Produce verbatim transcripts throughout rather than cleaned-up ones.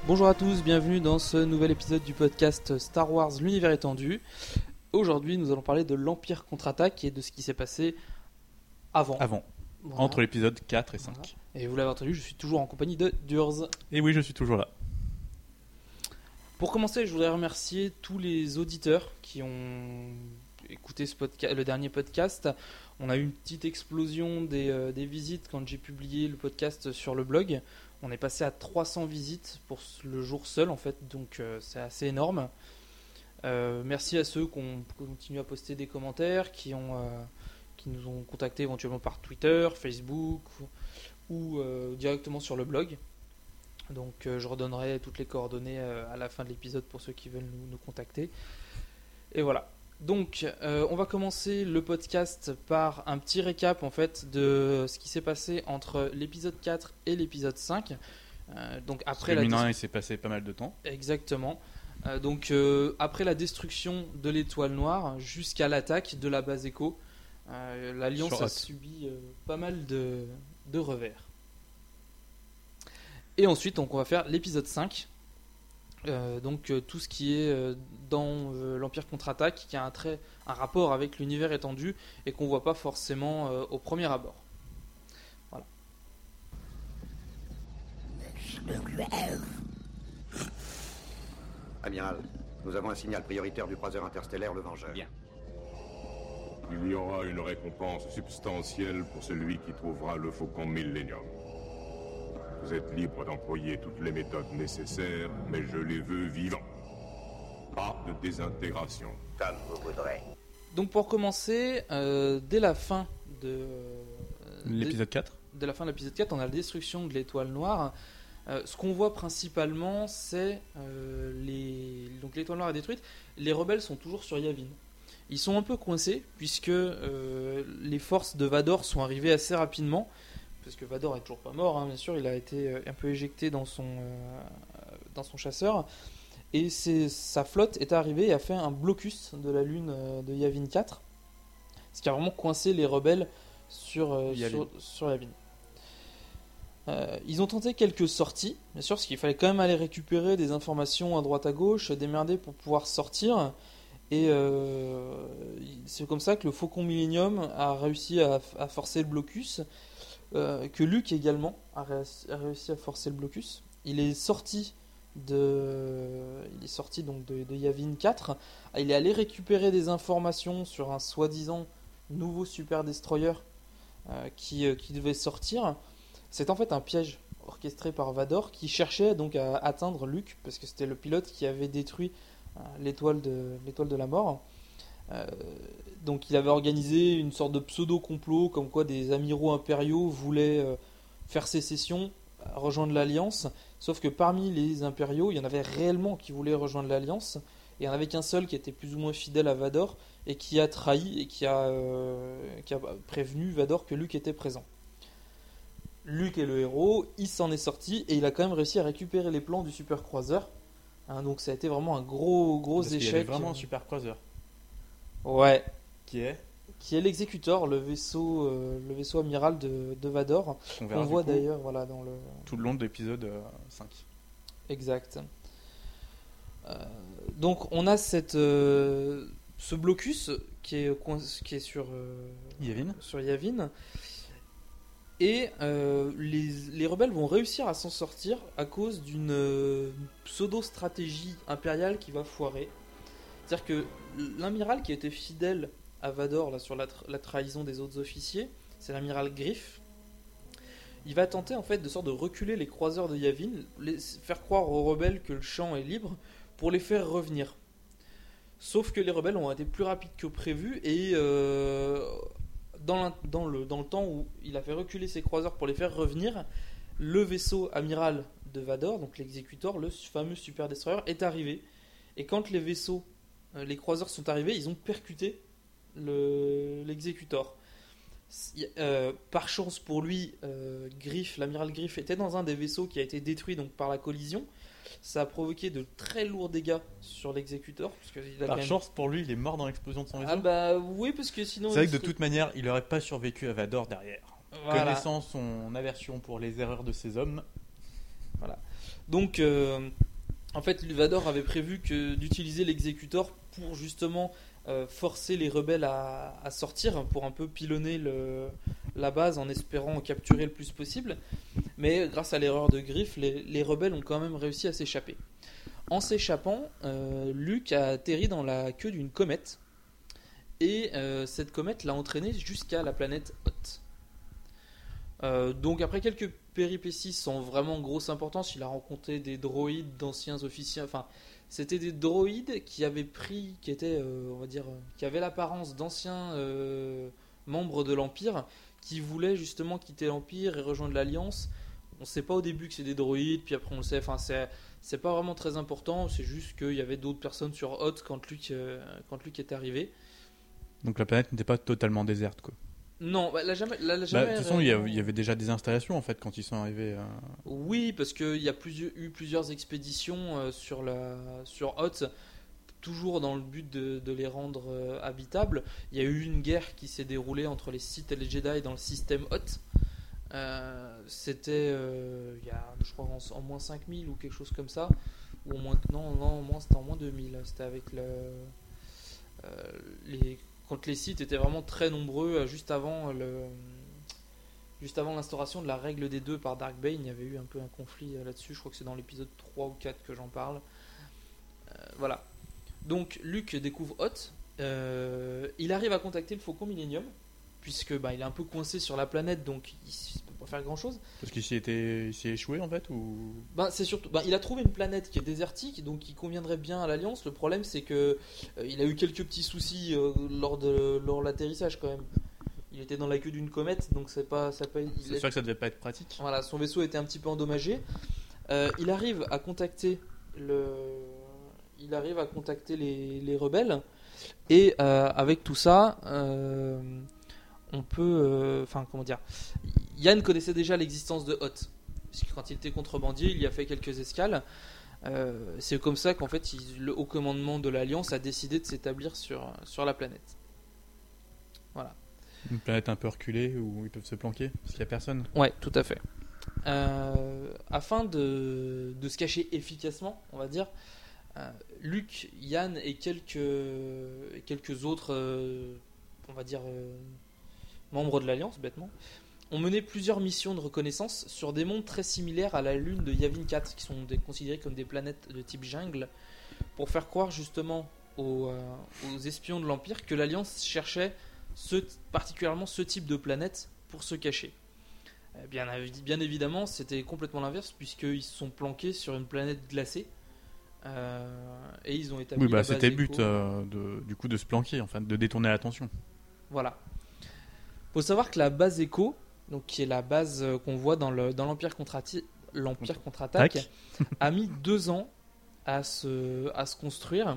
Bonjour à tous, bienvenue dans ce nouvel épisode du podcast Star Wars l'univers étendu. Aujourd'hui nous allons parler de l'Empire contre-attaque et de ce qui s'est passé avant. Avant, Voilà. entre l'épisode quatre et cinq. Voilà. Et vous l'avez entendu, je suis toujours en compagnie de Durz. Et oui, je suis toujours là. Pour commencer, je voudrais remercier tous les auditeurs qui ont écouté ce podca- le dernier podcast. On a eu une petite explosion des, euh, des visites quand j'ai publié le podcast sur le blog. On est passé à trois cents visites pour le jour seul en fait, donc euh, c'est assez énorme. Euh, merci à ceux qui ont continué à poster des commentaires, qui, ont, euh, qui nous ont contactés éventuellement par Twitter, Facebook ou, ou euh, directement sur le blog. Donc euh, je redonnerai toutes les coordonnées euh, à la fin de l'épisode pour ceux qui veulent nous, nous contacter. Et voilà. Donc euh, on va commencer le podcast par un petit récap en fait de ce qui s'est passé entre l'épisode quatre et l'épisode cinq. Euh, donc après la Parce que mine de rien, dis- il s'est passé pas mal de temps. Exactement. Euh, donc euh, après la destruction de l'étoile noire jusqu'à l'attaque de la base Echo, euh, l'Alliance Sur a Hoth. subi euh, pas mal de, de revers. Et ensuite, donc, on va faire l'épisode cinq. Euh, donc euh, tout ce qui est euh, dans euh, l'Empire contre-attaque, qui a un, très, un rapport avec l'univers étendu et qu'on voit pas forcément euh, au premier abord. Voilà. Amiral, nous avons un signal prioritaire du croiseur interstellaire le Vengeur. Bien. Il y aura une récompense substantielle pour celui qui trouvera le Faucon Millennium. Vous êtes libre d'employer toutes les méthodes nécessaires, mais je les veux vivants. Pas de désintégration. Comme vous voudrez. Donc pour commencer, euh, dès la fin de euh, L'épisode quatre. dès, dès la fin de l'épisode quatre, on a la destruction de l'étoile noire. Euh, ce qu'on voit principalement, c'est euh, les donc l'étoile noire est détruite. Les rebelles sont toujours sur Yavin. Ils sont un peu coincés puisque euh, les forces de Vador sont arrivées assez rapidement. Parce que Vador est toujours pas mort, hein, bien sûr, il a été euh, un peu éjecté dans son, euh, dans son chasseur. Et c'est, sa flotte est arrivée et a fait un blocus de la lune euh, de Yavin quatre. Ce qui a vraiment coincé les rebelles sur, euh, Yavin. sur, sur Yavin. Euh, ils ont tenté quelques sorties, bien sûr, parce qu'il fallait quand même aller récupérer des informations à droite à gauche, démerder pour pouvoir sortir. Et euh, c'est comme ça que le Faucon Millennium a réussi à, à forcer le blocus. Euh, que Luke également a réussi, a réussi à forcer le blocus. Il est sorti de, il est sorti donc de, de Yavin quatre. Il est allé récupérer des informations sur un soi-disant nouveau super destroyer euh, qui, euh, qui devait sortir. C'est en fait un piège orchestré par Vador qui cherchait donc à atteindre Luke parce que c'était le pilote qui avait détruit euh, l'étoile de l'étoile de la mort. Euh, donc il avait organisé une sorte de pseudo-complot comme quoi des amiraux impériaux voulaient euh, faire sécession, rejoindre l'Alliance, sauf que parmi les impériaux, il y en avait réellement qui voulaient rejoindre l'Alliance, et il n'y en avait qu'un seul qui était plus ou moins fidèle à Vador, et qui a trahi, et qui a, euh, qui a prévenu Vador que Luke était présent. Luke est le héros, il s'en est sorti, et il a quand même réussi à récupérer les plans du super croiseur, hein, donc ça a été vraiment un gros, gros Parce qu'il y échec. avait vraiment un super croiseur. Ouais. Qui est Qui est l'Executor, le vaisseau, euh, le vaisseau amiral de, de Vador. qu'on verra On du voit coup d'ailleurs voilà, dans le. tout le long de l'épisode euh, cinq. Exact. Euh, donc on a cette, euh, ce blocus qui est, coin- qui est sur, euh, Yavin. sur Yavin. Et euh, les, les rebelles vont réussir à s'en sortir à cause d'une euh, pseudo-stratégie impériale qui va foirer. C'est-à-dire que l'amiral qui était fidèle à Vador là, sur la, tra- la trahison des autres officiers, c'est l'amiral Griff. Il va tenter en fait de sorte de reculer les croiseurs de Yavin, les, faire croire aux rebelles que le champ est libre pour les faire revenir. Sauf que les rebelles ont été plus rapides que prévu et euh, dans, l'in- dans, le, dans le temps où il a fait reculer ses croiseurs pour les faire revenir, le vaisseau amiral de Vador, donc l'Executor, le fameux super destroyer, est arrivé. Et quand les vaisseaux, euh, les croiseurs sont arrivés, ils ont percuté le, l'Executor. Euh, par chance pour lui, euh, Griff, l'amiral Griff était dans un des vaisseaux qui a été détruit donc par la collision. Ça a provoqué de très lourds dégâts sur l'Executor. Parce que il a quand Par même- chance pour lui, il est mort dans l'explosion de son vaisseau. Ah bah oui, parce que sinon. C'est vrai il que de serait- toute manière, il aurait pas survécu à Vador derrière. Voilà. Connaissant son aversion pour les erreurs de ses hommes, Voilà. Donc, euh, en fait, Luvador avait prévu que d'utiliser l'exécuteur pour justement euh, forcer les rebelles à, à sortir, pour un peu pilonner le, la base en espérant capturer le plus possible. Mais grâce à l'erreur de Griff, les, les rebelles ont quand même réussi à s'échapper. En s'échappant, euh, Luke a atterri dans la queue d'une comète. Et euh, cette comète l'a entraîné jusqu'à la planète Hoth. Euh, donc après quelques péripéties sans vraiment grosse importance, il a rencontré des droïdes d'anciens officiers. Enfin, c'était des droïdes qui avaient pris, qui étaient, euh, on va dire, qui avaient l'apparence d'anciens euh, membres de l'Empire, qui voulaient justement quitter l'Empire et rejoindre l'Alliance. On ne sait pas au début que c'est des droïdes, puis après on le sait. Enfin, c'est, c'est pas vraiment très important. C'est juste qu'il y avait d'autres personnes sur Hoth quand Luke, euh, quand Luke est arrivé. Donc la planète n'était pas totalement déserte, quoi. Non, bah, elle a jamais. Elle a Bah, jamais de toute façon, il y, réellement- avait, il y avait déjà des installations en fait quand ils sont arrivés. euh. Oui, parce qu'il y a plusieurs, eu plusieurs expéditions euh, sur, la, sur Hoth, toujours dans le but de, de les rendre euh, habitables. Il y a eu une guerre qui s'est déroulée entre les Sith et les Jedi dans le système Hoth. Euh, c'était, euh, il y a, je crois, en, en moins cinq mille ou quelque chose comme ça. Ou au moins, non, non, au moins, c'était en moins deux mille. C'était avec le, euh, les, quand les Sith étaient vraiment très nombreux, euh, juste avant le. Juste avant l'instauration de la règle des deux par Dark Bane, il y avait eu un peu un conflit euh, là-dessus. Je crois que c'est dans l'épisode trois ou quatre que j'en parle. Euh, voilà. Donc Luke découvre Hoth. Euh, il arrive à contacter le Faucon Millennium, puisque bah, il est un peu coincé sur la planète, donc il ne peut pas faire grand-chose. Parce qu'il s'y était, il s'y est échoué en fait ou... Ben, c'est surtout, ben, il a trouvé une planète qui est désertique, donc qui conviendrait bien à l'Alliance. Le problème, c'est que euh, il a eu quelques petits soucis euh, lors de lors de l'atterrissage quand même. Il était dans la queue d'une comète, donc c'est pas, ça peut. il C'est est- sûr que ça devait pas être pratique. Voilà, son vaisseau était un petit peu endommagé. Euh, il arrive à contacter le, il arrive à contacter les, les rebelles, et euh, avec tout ça, euh, on peut, euh, enfin comment dire, Yann connaissait déjà l'existence de Hoth, puisque quand il était contrebandier, il y a fait quelques escales. Euh, c'est comme ça qu'en fait, il- le haut commandement de l'Alliance a décidé de s'établir sur sur la planète. Voilà. Une planète un peu reculée où ils peuvent se planquer parce qu'il y a personne. Ouais, tout à fait. Euh, afin de, de se cacher efficacement, on va dire, euh, Luke, Yann et quelques, quelques autres, euh, on va dire, euh, membres de l'Alliance, bêtement, ont mené plusieurs missions de reconnaissance sur des mondes très similaires à la lune de Yavin quatre, qui sont des- considérés comme des planètes de type jungle, pour faire croire justement aux, euh, aux espions de l'Empire que l'Alliance cherchait ce, particulièrement ce type de planète pour se cacher. Euh, Bien, évi- bien évidemment, c'était complètement l'inverse, puisqu'ils se sont planqués sur une planète glacée. euh, et ils ont établi Oui, bah la base c'était le but Echo. euh, de, du coup de se planquer, enfin de détourner l'attention. Voilà. Faut savoir que la base Echo, donc qui est la base euh, qu'on voit dans le dans l'Empire contre l'Empire contre-attaque, Tac. a mis deux ans à se à se construire.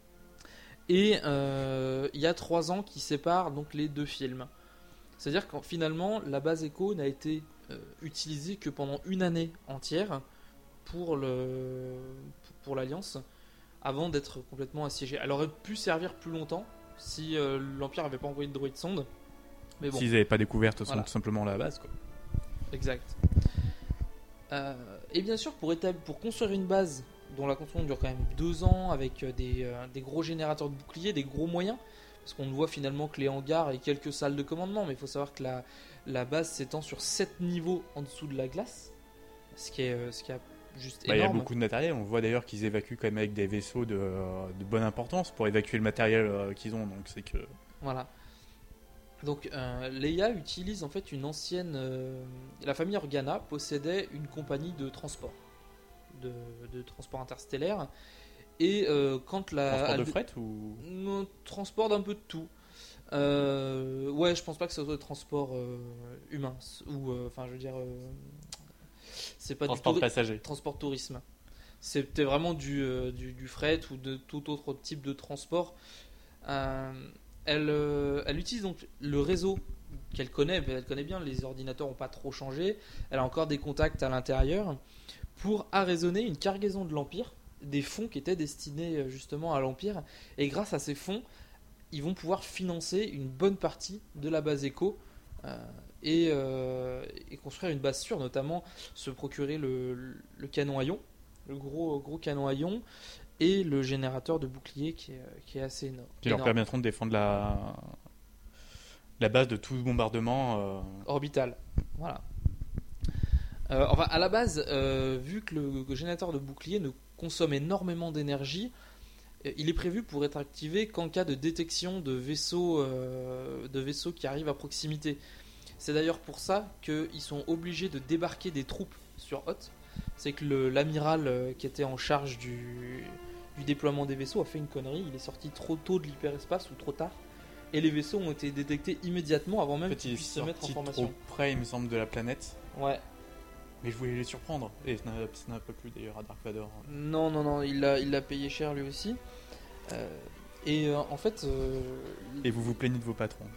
Et euh, il y a trois ans qui séparent donc les deux films. C'est-à-dire que finalement, la base Echo n'a été euh, utilisée que pendant une année entière pour le pour l'Alliance, avant d'être complètement assiégée. Elle aurait pu servir plus longtemps si euh, l'Empire n'avait pas envoyé de droïde sonde. Mais bon, S'ils n'avaient pas découvert de toute façon, Voilà. tout simplement la base, quoi. exact. Euh, et bien sûr, pour, établir, pour construire une base dont la construction dure quand même deux ans, avec euh, des, euh, des gros générateurs de boucliers, des gros moyens, parce qu'on ne voit finalement que les hangars et quelques salles de commandement, mais il faut savoir que la, la base s'étend sur sept niveaux en dessous de la glace, ce qui est, euh, ce qui est juste Bah, il y a énorme. beaucoup de matériel. On voit d'ailleurs qu'ils évacuent quand même avec des vaisseaux de, de bonne importance pour évacuer le matériel euh, qu'ils ont. Donc c'est que Voilà. Donc euh, Leia utilise en fait une ancienne... euh, la famille Organa possédait une compagnie de transport, de, de transport interstellaire. Et euh, quand la... transport de elle- fret ou Non, transport d'un peu de tout. Euh, ouais, je pense pas que ce soit des transports euh, humains. Ou, euh, enfin, je veux dire... euh, c'est pas transport du de tout passagers. transport tourisme. C'était vraiment du, euh, du, du fret ou de tout autre type de transport. Euh, elle, euh, elle utilise donc le réseau qu'elle connaît, mais elle connaît bien, les ordinateurs n'ont pas trop changé. Elle a encore des contacts à l'intérieur pour arraisonner une cargaison de l'Empire, des fonds qui étaient destinés euh, justement à l'Empire. Et grâce à ces fonds, ils vont pouvoir financer une bonne partie de la base Echo euh, et, euh, et construire une base sûre, notamment se procurer le, le canon à ion, le gros, gros canon à ion, et le générateur de bouclier qui est, qui est assez énorme. Qui leur permettront de défendre la, la base de tout bombardement euh... orbital. Voilà. Euh, enfin, à la base, euh, vu que le, le générateur de bouclier ne consomme énormément d'énergie, euh, il est prévu pour être activé qu'en cas de détection de vaisseaux, euh, de vaisseaux qui arrivent à proximité. C'est d'ailleurs pour ça qu'ils sont obligés de débarquer des troupes sur Hoth. C'est que le, l'amiral euh, qui était en charge du, du déploiement des vaisseaux a fait une connerie. Il est sorti trop tôt de l'hyperespace ou trop tard. Et les vaisseaux ont été détectés immédiatement avant même en fait, qu'ils il est puissent se mettre en formation. Trop près, il me semble, de la planète. Ouais. Mais je voulais les surprendre. Et ça n'a, ça n'a pas plu d'ailleurs à Dark Vador. Non, non, non, il l'a, il l'a payé cher lui aussi. Euh, et euh, en fait. Euh, et vous vous plaignez de vos patrons.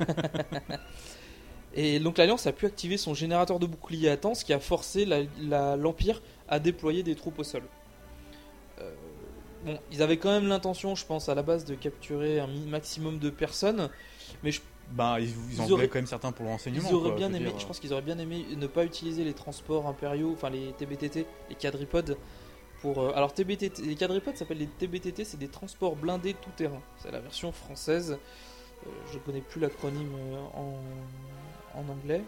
Et donc l'Alliance a pu activer son générateur de bouclier à temps, ce qui a forcé la, la, l'Empire à déployer des troupes au sol. Euh, bon, ils avaient quand même l'intention, je pense, à la base de capturer un maximum de personnes, mais je, bah, ils, ils, ils en auraient, voulaient quand même certains pour le renseignement. Ils auraient quoi, bien je aimé, dire. je pense qu'ils auraient bien aimé ne pas utiliser les transports impériaux, enfin les T B T T, les quadripodes. Pour, euh, alors T B T T, les quadripodes s'appellent les T B T T, c'est des transports blindés tout-terrain. C'est la version française. Euh, je connais plus l'acronyme euh, en, en anglais.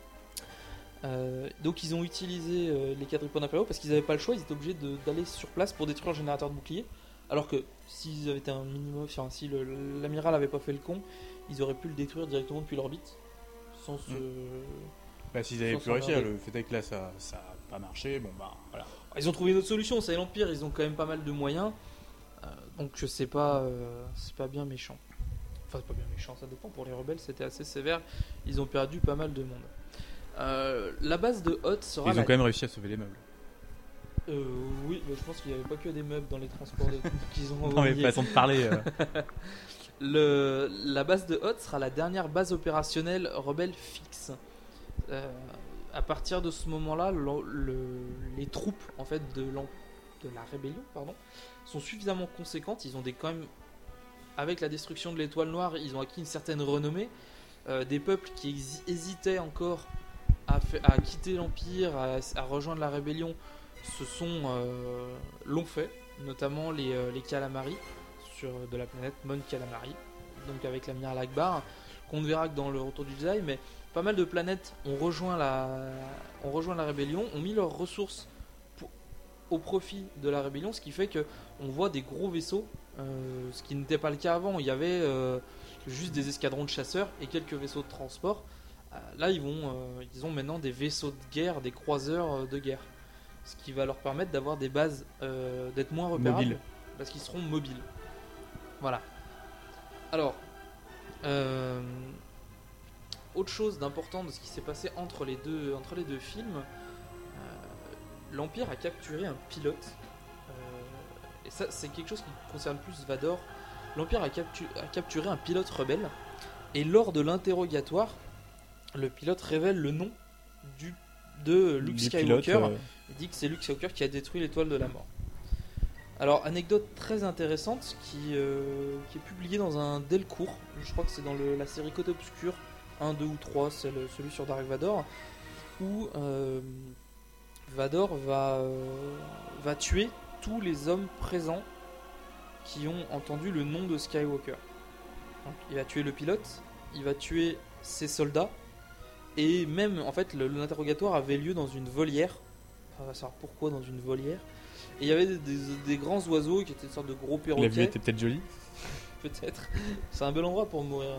Euh, donc ils ont utilisé euh, les quadripodes impériaux parce qu'ils n'avaient pas le choix, ils étaient obligés de, d'aller sur place pour détruire le générateur de bouclier. Alors que s'ils avaient été un minimum, enfin, si le, l'amiral avait pas fait le con, ils auraient pu le détruire directement depuis l'orbite sans se. Mmh. Bah s'ils avaient pu réussir, le fait est que là ça ça a pas marché, bon bah voilà. Ils ont trouvé une autre solution, c'est l'Empire, ils ont quand même pas mal de moyens, euh, donc je sais pas, euh, c'est pas bien méchant. Enfin c'est pas bien méchant, ça dépend. Pour les rebelles c'était assez sévère, ils ont perdu pas mal de monde. Euh, la base de Hoth sera. Ils ont la... quand même réussi à sauver les meubles. Euh, oui, mais je pense qu'il n'y avait pas que des meubles dans les transports de... qu'ils ont envoyés. Non mais façon de parler. Euh... le, la base de Hoth sera la dernière base opérationnelle rebelle fixe. Euh, à partir de ce moment-là, le, le, les troupes en fait de, de la rébellion, pardon, sont suffisamment conséquentes. Ils ont des quand même, avec la destruction de l'étoile noire, ils ont acquis une certaine renommée. Euh, des peuples qui hési- hésitaient encore à, fa- à quitter l'Empire, à, à rejoindre la rébellion, se sont euh, l'ont fait, notamment les, euh, les Calamari sur de la planète Mon Calamari, donc avec l'amiral Akbar, qu'on ne verra que dans le Retour du Jedi, mais pas mal de planètes ont rejoint la, ont rejoint la rébellion, ont mis leurs ressources pour, au profit de la rébellion, ce qui fait que on voit des gros vaisseaux, euh, ce qui n'était pas le cas avant. Il y avait euh, juste des escadrons de chasseurs et quelques vaisseaux de transport. Euh, là, ils vont, euh, ils ont maintenant des vaisseaux de guerre, des croiseurs euh, de guerre, ce qui va leur permettre d'avoir des bases, euh, d'être moins repérables, Mobile. parce qu'ils seront mobiles. Voilà. Alors, euh, autre chose d'important de ce qui s'est passé entre les deux, entre les deux films, euh, l'Empire a capturé un pilote, euh, et ça c'est quelque chose qui concerne plus Vador. L'Empire a, captu- a capturé un pilote rebelle, et lors de l'interrogatoire, le pilote révèle le nom du, de Luke Du Skywalker. pilote, euh, Il dit que c'est Luke Skywalker qui a détruit l'étoile de la mort. Alors, anecdote très intéressante qui, euh, qui est publiée dans un Delcourt. Je crois que c'est dans le, la série Côté Obscur un, deux ou trois, c'est le, celui sur Dark Vador, où euh, Vador va, euh, va tuer tous les hommes présents qui ont entendu le nom de Skywalker. Donc, il va tuer le pilote, il va tuer ses soldats, et même, en fait, le, l'interrogatoire avait lieu dans une volière. Enfin, on va savoir pourquoi dans une volière. Et il y avait des, des, des grands oiseaux qui étaient une sorte de gros perroquets. La vue était peut-être jolie. Peut-être. C'est un bel endroit pour mourir.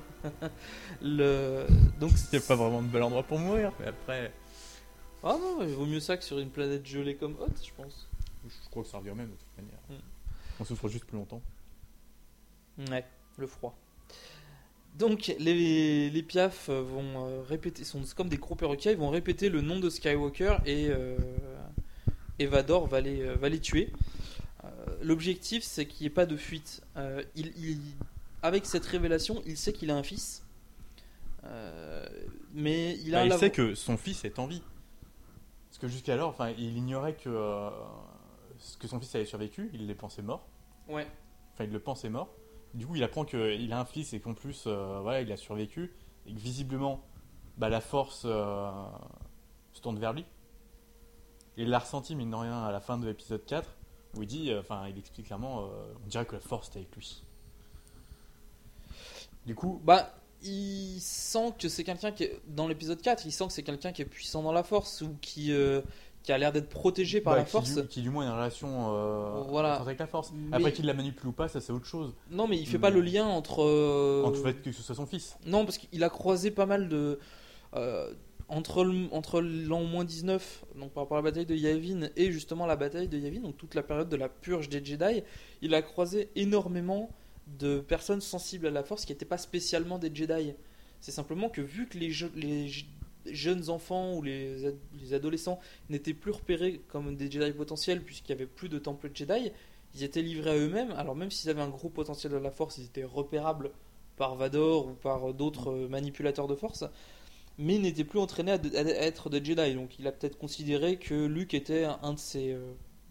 Le... Donc, Il n'y a pas vraiment de bel endroit pour mourir, mais après. Ah non, il vaut mieux ça que sur une planète gelée comme Hoth, je pense. Je crois que ça revient même de toute manière. Mm. On souffre juste plus longtemps. Ouais, le froid. Donc les, les piafs vont euh, répéter, sont comme des gros perroquets, ils vont répéter le nom de Skywalker et, euh, et Vador va les, va les tuer. Euh, l'objectif c'est qu'il n'y ait pas de fuite. Euh, il, il, avec cette révélation, il sait qu'il a un fils. Euh, mais il a Bah, un il lavo- sait que son fils est en vie. Parce que jusqu'alors, enfin, il ignorait que, euh, que son fils avait survécu, il le pensait mort. Ouais. Enfin, il le pensait mort. Du coup, il apprend qu'il a un fils et qu'en plus, euh, voilà, il a survécu. Et que visiblement, bah, la force euh, se tourne vers lui. Et il l'a ressenti, mine de rien, à la fin de l'épisode quatre, où il dit, enfin, euh, il explique clairement, euh, on dirait que la force est avec lui. Du coup, Bah, il sent que c'est quelqu'un qui est. Dans l'épisode quatre, il sent que c'est quelqu'un qui est puissant dans la force ou qui, euh, qui a l'air d'être protégé par bah, la qui, force. Du, qui du moins a une relation euh, Voilà. avec la force. Mais- Après qu'il la manipule ou pas, ça c'est autre chose. Non, mais il fait Hmm. pas le lien entre. euh, En tout fait que ce soit son fils. Non, parce qu'il a croisé pas mal de. euh, entre le- entre l'an moins dix-neuf, donc par rapport à la bataille de Yavin, et justement la bataille de Yavin, donc toute la période de la purge des Jedi, il a croisé énormément de personnes sensibles à la force qui n'étaient pas spécialement des Jedi. C'est simplement que vu que les, je- les je- jeunes enfants ou les, ad- les adolescents n'étaient plus repérés comme des Jedi potentiels, puisqu'il n'y avait plus de temple Jedi, ils étaient livrés à eux-mêmes. Alors même s'ils avaient un gros potentiel de la force, ils étaient repérables par Vador ou par d'autres euh, manipulateurs de force, mais il n'était plus entraîné à, de- à être de Jedi. Donc il a peut-être considéré que Luke était un, un de ces euh,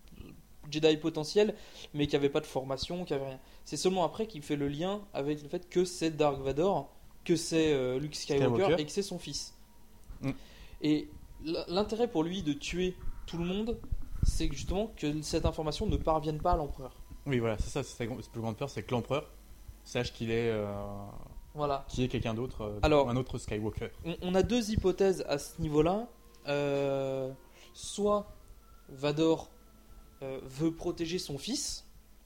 Jedi potentiels, mais qui n'avait pas de formation, qui avait rien. C'est seulement après qu'il fait le lien avec le fait que c'est Dark Vador, que c'est euh, Luke Skywalker, Skywalker. et que c'est son fils. Mm. Et l- l'intérêt pour lui de tuer tout le monde, c'est que justement que cette information ne parvienne pas à l'empereur. Oui, voilà, c'est ça, c'est sa gr- sa plus grande peur, c'est que l'empereur sache qu'il est, euh, Voilà. qu'il est quelqu'un d'autre, euh, Alors- un autre Skywalker. On, on a deux hypothèses à ce niveau-là. Euh, soit Vador euh, veut protéger son fils,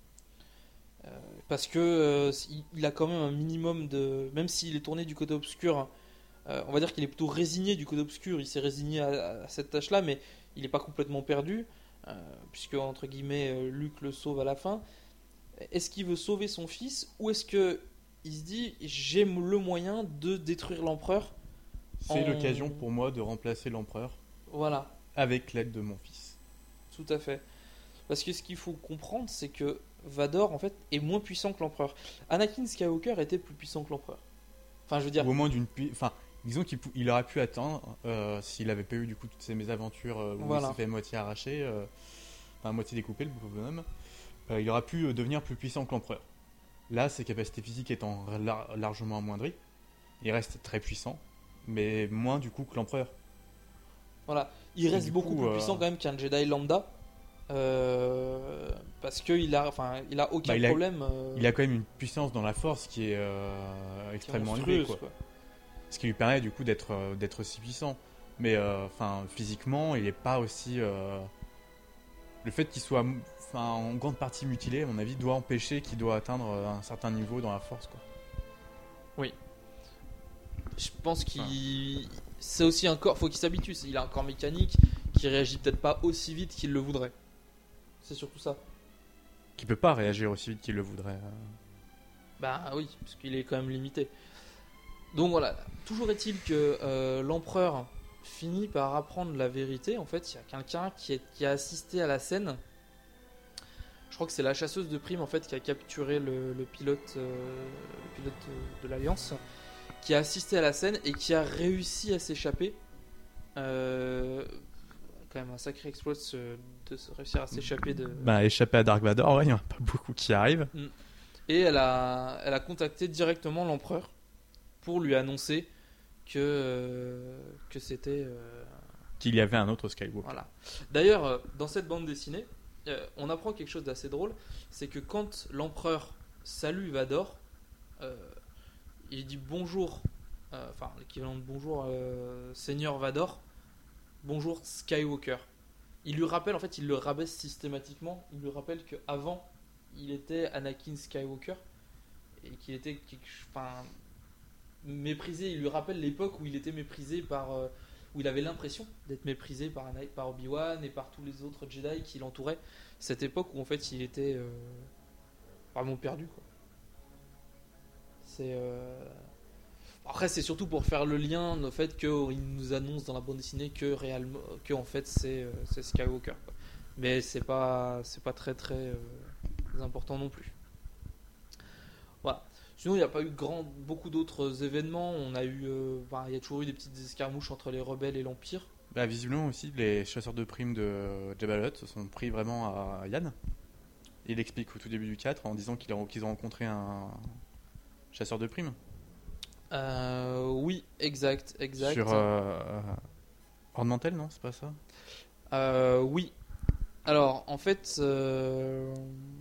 euh, parce que euh, il- il a quand même un minimum de. Même s'il est tourné du côté obscur, euh, on va dire qu'il est plutôt résigné du côté obscur. Il s'est résigné à, à cette tâche-là, mais il n'est pas complètement perdu, euh, puisque entre guillemets euh, Luke le sauve à la fin. Est-ce qu'il veut sauver son fils, ou est-ce que il se dit j'ai le moyen de détruire l'empereur? C'est en- l'occasion pour moi de remplacer l'empereur Voilà. avec l'aide de mon fils. Tout à fait. Parce que ce qu'il faut comprendre, c'est que Vador, en fait, est moins puissant que l'empereur. Anakin Skywalker était plus puissant que l'empereur. Enfin, je veux dire, Ou au moins d'une pui- enfin, disons qu'il pou- il aurait pu atteindre, euh, s'il avait pas eu du coup toutes ces mésaventures euh, où Voilà. il s'est fait à moitié arracher, euh, enfin à moitié découpé le pauvre bonhomme, euh, il aurait pu euh, devenir plus puissant que l'empereur. Là, ses capacités physiques étant lar- largement amoindries, il reste très puissant, mais moins du coup que l'empereur. voilà. Il Et reste du beaucoup coup, plus euh, puissant quand même qu'un Jedi lambda. euh, parce qu'il a, enfin, il a aucun Bah, il a- problème. euh, Il a quand même une puissance dans la force qui est euh, qui est extrêmement monstrueuse, élevée, quoi. quoi. Ce qui lui permet du coup d'être euh, d'être si puissant. Mais euh, enfin physiquement, il n'est pas aussi. euh, Le fait qu'il soit enfin en grande partie mutilé, à mon avis, doit empêcher qu'il doit atteindre euh, un certain niveau dans la force, quoi. Je pense qu'il. C'est aussi un corps, faut qu'il s'habitue. Il a un corps mécanique qui réagit peut-être pas aussi vite qu'il le voudrait. C'est surtout ça. Qui peut pas réagir aussi vite qu'il le voudrait. euh. Bah oui, parce qu'il est quand même limité. Donc voilà, toujours est-il que euh, l'empereur finit par apprendre la vérité. En fait, il y a quelqu'un qui, est- qui a assisté à la scène. Je crois que c'est la chasseuse de primes en fait qui a capturé le, le pilote, euh, le pilote de, de l'Alliance, qui a assisté à la scène et qui a réussi à s'échapper. Euh, quand même un sacré exploit de, se- de se réussir à s'échapper de. Bah, échapper à Dark Vador, ouais, il n'y en a pas beaucoup qui arrivent. Et elle a, elle a contacté directement l'empereur pour lui annoncer que, euh, que c'était. euh, Qu'il y avait un autre Skywalker. voilà. D'ailleurs, euh, dans cette bande dessinée, euh, on apprend quelque chose d'assez drôle, c'est que quand l'empereur salue Vador, euh, il dit bonjour, euh, enfin l'équivalent de bonjour euh, Seigneur Vador, bonjour Skywalker. Il lui rappelle, en fait, il le rabaisse systématiquement, il lui rappelle qu'avant, il était Anakin Skywalker et qu'il était quelque, enfin, méprisé. Il lui rappelle l'époque où il était méprisé par, euh, où il avait l'impression d'être méprisé par, Ana- par Obi-Wan et par tous les autres Jedi qui l'entouraient. Cette époque où en fait il était euh, vraiment perdu, quoi. C'est euh, après c'est surtout pour faire le lien au fait qu'il nous annonce dans la bande dessinée que réellement, que en fait c'est euh, c'est Skywalker, quoi. Mais c'est pas c'est pas très très euh, important non plus. Voilà. Sinon, il n'y a pas eu grand, beaucoup d'autres événements. On a eu, euh, enfin, il y a toujours eu des petites escarmouches entre les rebelles et l'Empire. Bah, visiblement aussi, les chasseurs de primes de Jabba the Hutt se sont pris vraiment à Yann. Il explique au tout début du quatre en disant qu'il a- qu'ils ont rencontré un chasseur de primes. Euh, oui, exact, exact. Sur euh, Horde Mantell, non, c'est pas ça? Euh, oui. Alors, en fait, euh...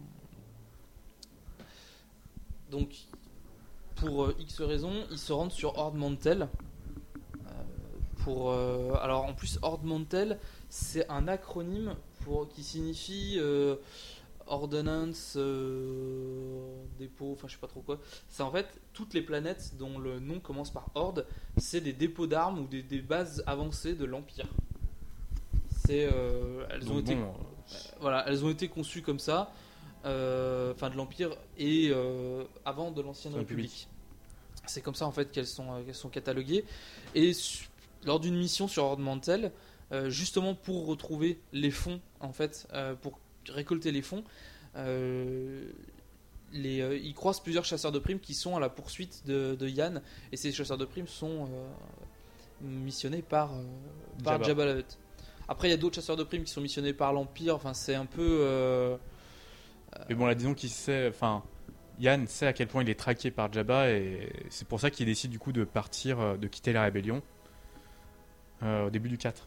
donc, pour euh, X raisons, ils se rendent sur Horde Mantell. Euh, pour, euh... alors, en plus, Horde Mantell, c'est un acronyme pour qui signifie euh, Ordnance euh, dépôt, enfin je sais pas trop quoi. C'est en fait toutes les planètes dont le nom commence par Horde, c'est des dépôts d'armes ou des, des bases avancées de l'Empire. C'est, euh, elles Donc ont été, bon, euh, voilà, elles ont été conçues comme ça, euh, enfin de l'Empire et euh, avant de l'Ancienne République. République. C'est comme ça en fait qu'elles sont, euh, qu'elles sont cataloguées. Et su- lors d'une mission sur Horde Mantell, euh, justement pour retrouver les fonds en fait, euh, pour récolter les fonds, euh, les, euh, ils croisent plusieurs chasseurs de primes qui sont à la poursuite de, de Yann, et ces chasseurs de primes sont euh, missionnés par, euh, par Jabba. Jabba the Hutt. Après il y a d'autres chasseurs de primes qui sont missionnés par l'Empire, enfin c'est un peu... euh, Mais bon, là, disons qu'il sait, enfin, Yann sait à quel point il est traqué par Jabba et c'est pour ça qu'il décide du coup de partir, euh, de quitter la rébellion euh, au début du quatre.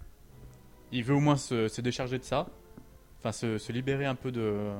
Il veut au moins se, se décharger de ça, enfin se, se libérer un peu de.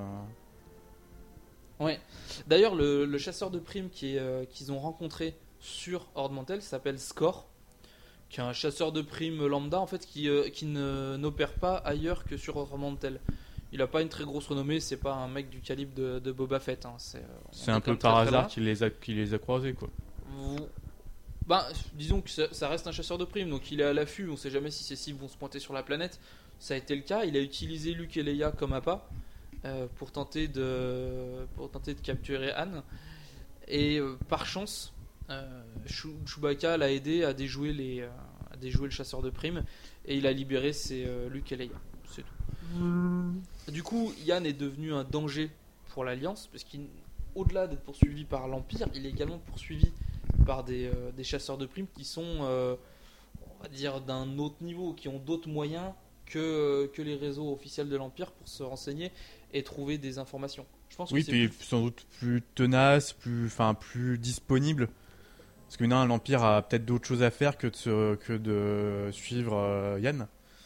Ouais. D'ailleurs, le, le chasseur de primes qui est, euh, qu'ils ont rencontré sur Horde Mantell s'appelle Score, qui est un chasseur de primes lambda en fait qui, euh, qui ne, n'opère pas ailleurs que sur Horde Mantell. Il a pas une très grosse renommée, c'est pas un mec du calibre de, de Boba Fett. Hein. C'est, euh, on C'est est un quand peu même par très, très hasard loin. qu'il les a, qu'il les a croisés quoi. Vous- Ben, disons que ça, ça reste un chasseur de primes, donc il est à l'affût. On sait jamais si ses cibles vont se pointer sur la planète. Ça a été le cas. Il a utilisé Luke et Leia comme appât euh, pour tenter de pour tenter de capturer Anne. Et euh, par chance, euh, Chou- Chewbacca l'a aidé à déjouer les euh, à déjouer le chasseur de primes et il a libéré ses euh, Luke et Leia. C'est tout. Du coup, Yann est devenu un danger pour l'Alliance parce qu'au-delà d'être poursuivi par l'Empire, il est également poursuivi par des, euh, des chasseurs de primes qui sont, euh, on va dire, d'un autre niveau, qui ont d'autres moyens que, que les réseaux officiels de l'Empire pour se renseigner et trouver des informations. Je pense Oui, que c'est puis plus- sans doute plus tenace, plus, enfin plus disponible. Parce que maintenant, l'Empire a peut-être d'autres choses à faire que de, se- que de suivre euh, Yann.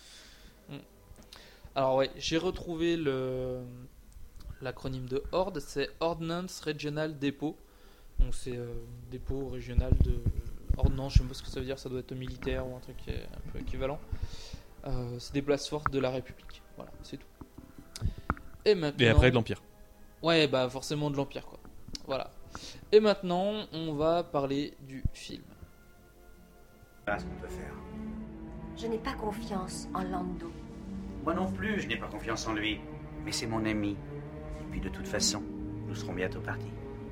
Alors ouais, j'ai retrouvé le l'acronyme de Horde, c'est Ordnance Regional Depot. Donc c'est euh, dépôt régional de ordnance, je sais pas ce que ça veut dire, ça doit être militaire ou un truc qui est un peu équivalent. Euh, c'est des places fortes de la République. Voilà, c'est tout. Et maintenant Et après de l'Empire. Ouais, bah forcément de l'Empire quoi. Voilà. Et maintenant, on va parler du film. Voilà ce qu'on peut faire. Je n'ai pas confiance en Lando. Moi non plus, je n'ai pas confiance en lui. Mais c'est mon ami. Et puis de toute façon, nous serons bientôt partis.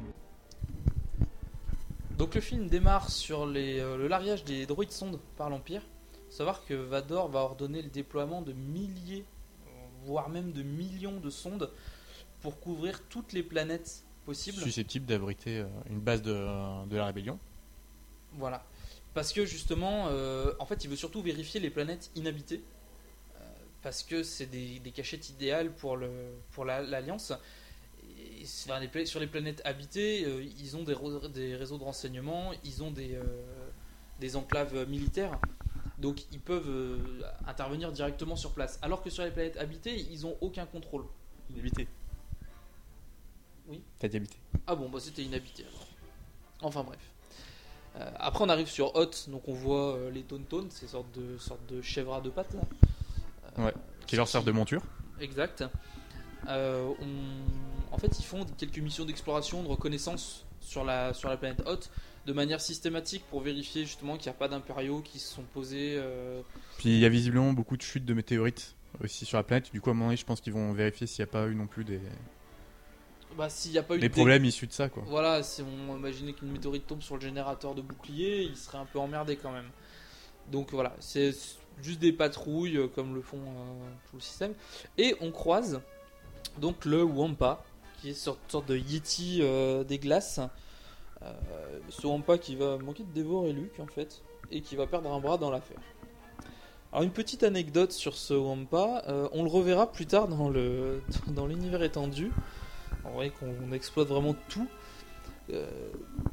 Donc le film démarre sur les, euh, le largage des droïdes sondes par l'Empire. Faut savoir que Vador va ordonner le déploiement de milliers, voire même de millions de sondes pour couvrir toutes les planètes possibles. Susceptible d'abriter euh, une base de, de la rébellion. Voilà. Parce que justement, euh, en fait, il veut surtout vérifier les planètes inhabitées. euh, Parce que c'est des, des cachettes idéales pour, le, pour la- l'Alliance. Et c'est- enfin, les pla- sur les planètes habitées, euh, ils ont des, ro- des réseaux de renseignement, ils ont des, euh, des enclaves militaires. Donc ils peuvent euh, intervenir directement sur place. Alors que sur les planètes habitées, ils n'ont aucun contrôle. Inhabité. Oui. T'as dit habité. Ah bon, bah c'était inhabité alors. Enfin bref. Euh, après on arrive sur Hoth, donc on voit euh, les Tauntaun, ces sortes de, sortes de chèvres à deux pattes là. Euh, Ouais. Qui leur servent de monture. Exact. Euh, on- En fait ils font quelques missions d'exploration, de reconnaissance sur la, sur la planète Hoth, de manière systématique pour vérifier justement qu'il n'y a pas d'impériaux qui se sont posés. euh, Puis il y a visiblement beaucoup de chutes de météorites aussi sur la planète. Du coup, à un moment donné, je pense qu'ils vont vérifier s'il n'y a pas eu non plus des, Bah s'il n'y a pas eu des de dé- problèmes issus de ça, quoi. Voilà, si on imaginait qu'une météorite tombe sur le générateur de bouclier, il serait un peu emmerdé quand même. Donc voilà, c'est juste des patrouilles euh, comme le font euh, tout le système. Et on croise donc le Wampa, qui est une sorte, sorte de Yeti euh, des glaces. Euh, ce Wampa qui va manquer de dévorer Luke en fait, et qui va perdre un bras dans l'affaire. Alors une petite anecdote sur ce Wampa, euh, on le reverra plus tard dans le dans l'univers étendu. En vrai qu'on exploite vraiment tout. Euh,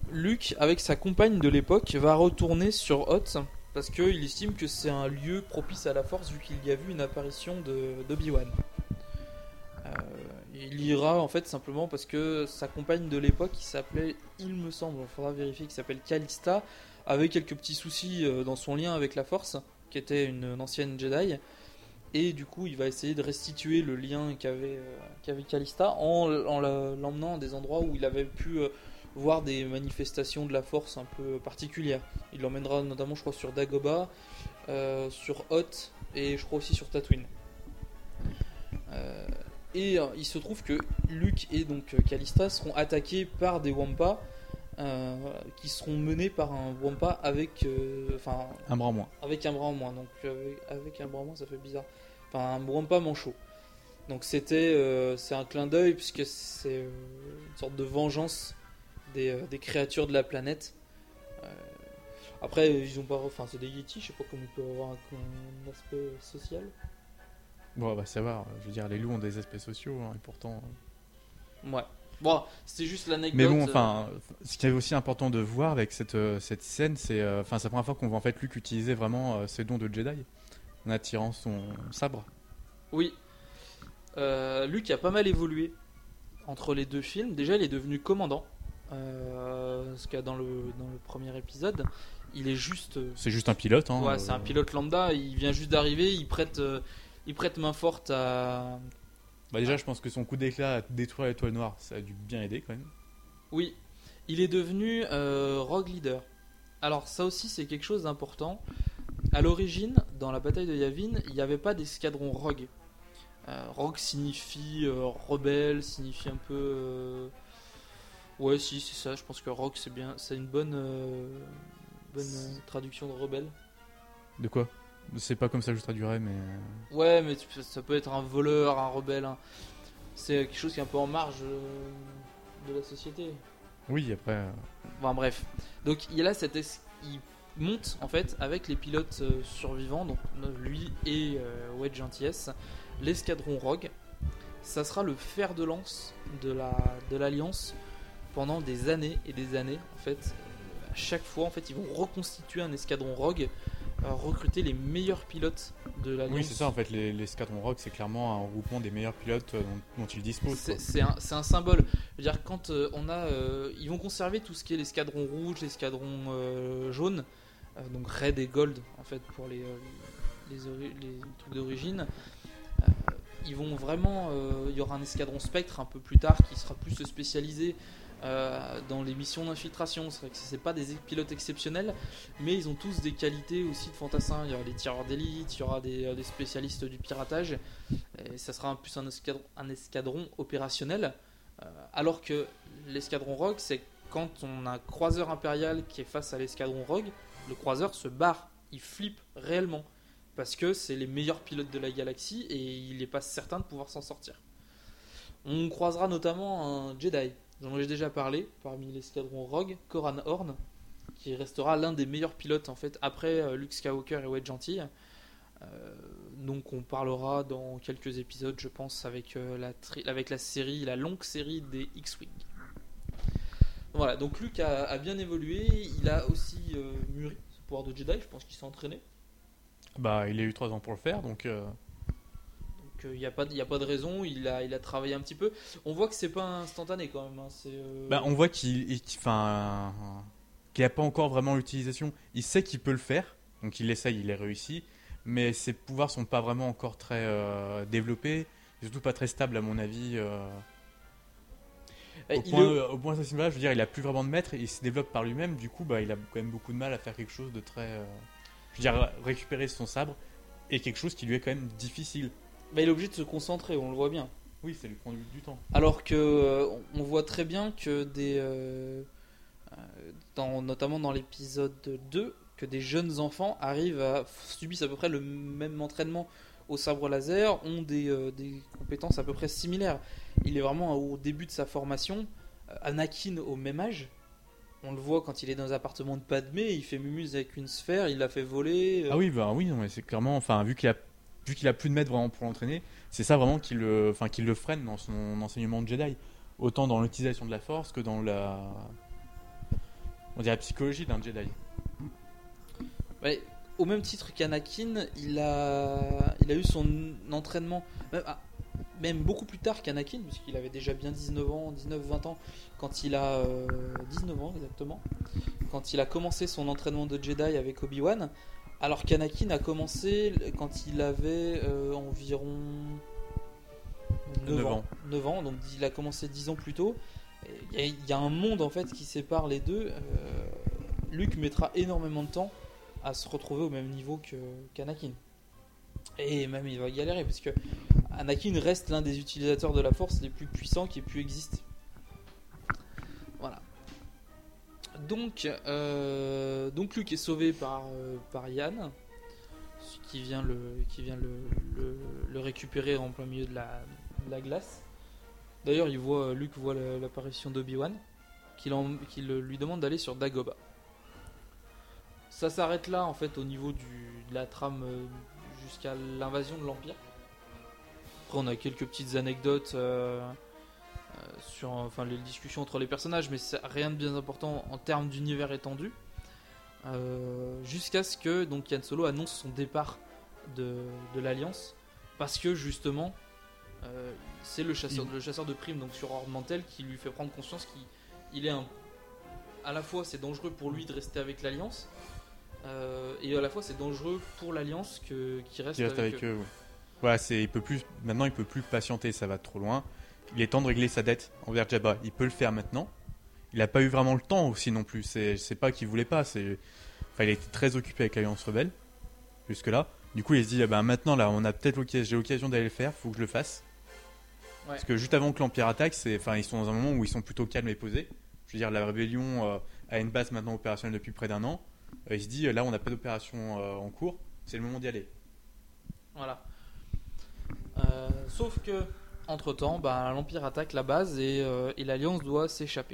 Luke, avec sa compagne de l'époque, va retourner sur Hoth parce qu'il estime que c'est un lieu propice à la Force vu qu'il y a vu une apparition de, d'Obi-Wan. Euh, il ira en fait simplement parce que sa compagne de l'époque, qui s'appelait, il me semble, il faudra vérifier, qui s'appelle Callista, avait quelques petits soucis dans son lien avec la Force, qui était une, une ancienne Jedi. Et du coup, il va essayer de restituer le lien qu'avait, euh, qu'avait Callista en, en la, l'emmenant à des endroits où il avait pu euh, voir des manifestations de la Force un peu particulières. Il l'emmènera notamment, je crois, sur Dagobah, euh, sur Hoth et je crois aussi sur Tatooine. Euh, et euh, il se trouve que Luke et donc Callista seront attaqués par des Wampa euh, qui seront menés par un Wampa avec, enfin, euh, un bras en moins. Avec un bras en moins. Donc euh, avec un bras en moins, ça fait bizarre. Enfin, un Wampa manchot. Donc c'était, euh, c'est un clin d'œil puisque c'est euh, une sorte de vengeance des, euh, des créatures de la planète. Euh, après, ils ont pas, enfin, c'est des Yétis. Je sais pas comment il peut avoir un, un aspect social. Bon, bah ça va. Je veux dire, les loups ont des aspects sociaux, hein, et pourtant. Ouais. Bon, c'était juste l'anecdote. Mais bon, enfin, euh... ce qui est aussi important de voir avec cette, euh, cette scène, c'est, enfin, euh, c'est la première fois qu'on voit en fait Luke utiliser vraiment euh, ses dons de Jedi en attirant son sabre. Oui. Euh, Luke a pas mal évolué entre les deux films. Déjà, il est devenu commandant. Euh, parce que dans le dans le premier épisode, il est juste. C'est juste un pilote, hein. Ouais, euh... c'est un pilote lambda. Il vient juste d'arriver. Il prête, euh, il prête main forte à. Bah déjà, je pense que son coup d'éclat à détruire l'étoile noire, ça a dû bien aider quand même. Oui, il est devenu euh, Rogue Leader. Alors ça aussi, c'est quelque chose d'important. À l'origine, dans la bataille de Yavin, il n'y avait pas d'escadron Rogue. Euh, Rogue signifie euh, rebelle, signifie un peu... Euh... Ouais, si, c'est ça. Je pense que Rogue, c'est bien, c'est une bonne, euh... bonne euh, traduction de rebelle. De quoi ? C'est pas comme ça que je traduirais, mais... Ouais, mais ça peut être un voleur, un rebelle. Hein. C'est quelque chose qui est un peu en marge de la société. Oui, après... Euh... Enfin bref. Donc il y a là cette... Es... Il monte en fait avec les pilotes euh, survivants, donc lui et euh, Wedge Antilles, l'escadron Rogue. Ça sera le fer de lance de, la... de l'Alliance pendant des années et des années. En fait, à chaque fois, en fait, ils vont reconstituer un escadron Rogue, recruter les meilleurs pilotes de l'Alliance. Oui, c'est ça en fait, les, l'escadron Rogue, c'est clairement un regroupement des meilleurs pilotes dont, dont ils disposent. C'est, c'est, un, c'est un symbole. Je veux dire, quand euh, on a. Euh, ils vont conserver tout ce qui est l'escadron rouge, l'escadron euh, jaune, euh, donc Red et Gold en fait pour les, euh, les, ori- les trucs d'origine. Euh, ils vont vraiment. Euh, il y aura un escadron Spectre un peu plus tard qui sera plus spécialisé. Euh, dans les missions d'infiltration. C'est vrai que c'est pas des pilotes exceptionnels, mais ils ont tous des qualités aussi de fantassins. Il y aura des tireurs d'élite, il y aura des, des spécialistes du piratage, et ça sera un, plus un escadron, un escadron opérationnel. Euh, alors que l'escadron Rogue, c'est quand on a un croiseur impérial qui est face à l'escadron Rogue, le croiseur se barre, il flippe réellement, parce que c'est les meilleurs pilotes de la galaxie et il n'est pas certain de pouvoir s'en sortir. On croisera notamment un Jedi. J'en ai déjà parlé, parmi l'escadron Rogue, Corran Horn, qui restera l'un des meilleurs pilotes en fait après euh, Luke Skywalker et Wedge Antilles. Euh, donc on parlera dans quelques épisodes, je pense, avec, euh, la, tri- avec la série, la longue série des X-Wing. Voilà, donc Luke a, a bien évolué, il a aussi euh, mûri ce pouvoir de Jedi, je pense qu'il s'est entraîné. Bah, il a eu trois ans pour le faire, donc... Euh... Il n'y a, a pas de raison, il a, il a travaillé un petit peu. On voit que c'est pas instantané quand même. Hein. C'est, euh... bah, on voit qu'il enfin, qu'il n'a pas encore vraiment l'utilisation. Il sait qu'il peut le faire, donc il l'essaye, il est réussi, mais ses pouvoirs sont pas vraiment encore très euh, développés, et surtout pas très stables à mon avis. Euh... Bah, au, point, est... au point de ce niveau-là, je veux dire, il a plus vraiment de maître, et il se développe par lui-même, du coup bah, il a quand même beaucoup de mal à faire quelque chose de très... Euh... Je veux dire, récupérer son sabre est quelque chose qui lui est quand même difficile. Bah, il est obligé de se concentrer, on le voit bien. Oui, ça lui prend du, du temps. Alors que euh, on voit très bien que des, euh, dans, notamment dans l'épisode deux, que des jeunes enfants arrivent à subissent à peu près le même entraînement au sabre laser, ont des, euh, des compétences à peu près similaires. Il est vraiment au début de sa formation. Anakin au même âge, on le voit quand il est dans les appartements de Padmé, il fait mumuse avec une sphère, il l'a fait voler. Ah oui, bah oui, non, mais c'est clairement, enfin vu qu'il a vu qu'il a plus de maître vraiment pour l'entraîner, c'est ça vraiment qui le, enfin, qui le freine dans son enseignement de Jedi. Autant dans l'utilisation de la Force que dans la, on dirait la psychologie d'un Jedi. Ouais, au même titre qu'Anakin, il a, il a eu son entraînement, même, ah, même beaucoup plus tard qu'Anakin, puisqu'il avait déjà bien dix-neuf ans, dix-neuf vingt ans, quand il a euh, dix-neuf ans exactement, quand il a commencé son entraînement de Jedi avec Obi-Wan, alors qu'Anakin a commencé quand il avait euh, environ neuf ans. neuf ans, donc il a commencé dix ans plus tôt. Il y, y a un monde en fait qui sépare les deux. Euh, Luke mettra énormément de temps à se retrouver au même niveau que, qu'Anakin. Et même il va galérer parce que Anakin reste l'un des utilisateurs de la Force les plus puissants qui ait pu exister. Voilà. Donc, euh, donc Luke est sauvé par, euh, par Yann, qui vient, le, qui vient le, le, le récupérer en plein milieu de la, de la glace. D'ailleurs, il voit, Luke voit l'apparition d'Obi-Wan, qui, qui le, lui demande d'aller sur Dagobah. Ça s'arrête là, en fait, au niveau du, de la trame euh, jusqu'à l'invasion de l'Empire. Après, on a quelques petites anecdotes euh, euh, sur enfin, les discussions entre les personnages, mais c'est rien de bien important en termes d'univers étendu. Euh, jusqu'à ce que donc, Yann Solo annonce son départ de, de l'Alliance, parce que justement, euh, c'est le chasseur, le chasseur de primes donc, sur Ord Mantell qui lui fait prendre conscience qu'il est un. À la fois, c'est dangereux pour lui de rester avec l'Alliance. Euh, et à la fois c'est dangereux pour l'Alliance que, qu'il reste, qui reste avec, avec eux. eux ouais. Voilà, c'est, il peut plus, maintenant il peut plus patienter, ça va trop loin. Il est temps de régler sa dette envers Jabba. Il peut le faire maintenant. Il n'a pas eu vraiment le temps aussi non plus. C'est, c'est pas qu'il voulait pas. C'est, enfin, il a été très occupé avec l'Alliance rebelle jusque là. Du coup, il se dit, eh ben, maintenant là, on a peut-être l'occasion, j'ai l'occasion d'aller le faire. Faut que je le fasse. Ouais. Parce que juste avant que l'Empire attaque, c'est, enfin, ils sont dans un moment où ils sont plutôt calmes et posés. Je veux dire, la rébellion euh, a une base maintenant opérationnelle depuis près d'un an. Euh, il se dit, là, on n'a pas d'opération euh, en cours. C'est le moment d'y aller. Voilà. Euh, sauf que, entre temps, bah, l'Empire attaque la base et, euh, et l'Alliance doit s'échapper.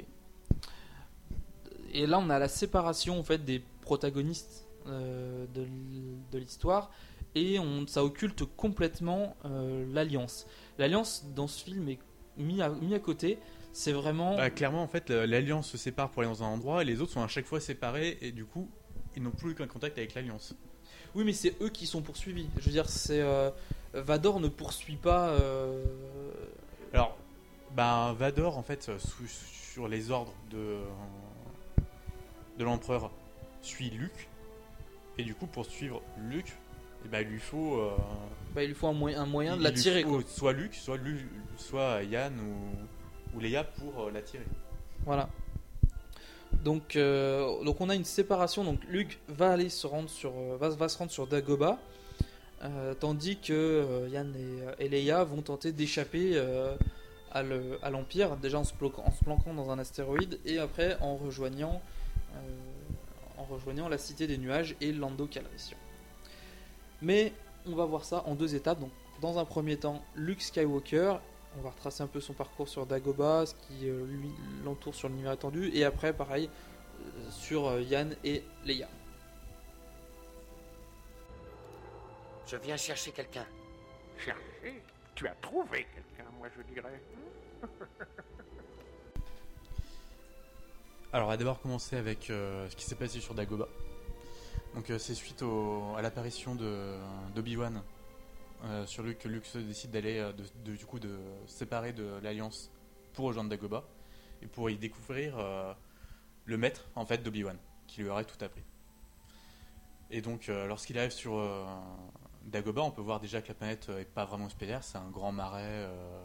Et là, on a la séparation en fait des protagonistes euh, de, de l'histoire et on, ça occulte complètement euh, l'Alliance. L'Alliance dans ce film est mis à, mis à côté. C'est vraiment. Bah, clairement, en fait, l'Alliance se sépare pour aller dans un endroit et les autres sont à chaque fois séparés et du coup, ils n'ont plus aucun contact avec l'Alliance. Oui, mais c'est eux qui sont poursuivis. Je veux dire, c'est euh, Vador ne poursuit pas. Euh... Alors, bah, Vador, en fait, sous, sur les ordres de de l'empereur, suit Luke. Et du coup, pour suivre Luke, eh ben, il lui faut. Euh, bah, il lui faut un moyen, un moyen de l'attirer. Quoi. Soit Luke, soit, Luke, soit Yann ou, ou Leia pour euh, l'attirer. Voilà. Donc, euh, donc on a une séparation. Donc Luke va aller se rendre sur, va, va se rendre sur Dagobah, euh, tandis que euh, Yann et, et Leia vont tenter d'échapper euh, à, le, à l'Empire, déjà en se, planquant, en se planquant dans un astéroïde et après en rejoignant, euh, en rejoignant la Cité des Nuages et Lando Calrissian. Mais on va voir ça en deux étapes. Donc, dans un premier temps, Luke Skywalker. On va retracer un peu son parcours sur Dagobah, ce qui euh, lui l'entoure sur l'univers étendu, et après pareil euh, sur euh, Yann et Leia. Je viens chercher quelqu'un. Chercher? Tu as trouvé quelqu'un, moi je dirais. Alors on va d'abord commencer avec euh, ce qui s'est passé sur Dagobah. Donc euh, c'est suite au, à l'apparition de, d'Obi-Wan. Euh, sur Luke, Luke se décide d'aller euh, de, de, du coup de se séparer de l'Alliance pour rejoindre Dagobah et pour y découvrir euh, le maître en fait d'Obi-Wan qui lui aurait tout appris. Et donc euh, lorsqu'il arrive sur euh, Dagobah, on peut voir déjà que la planète est pas vraiment hospitalière, c'est un grand marais euh,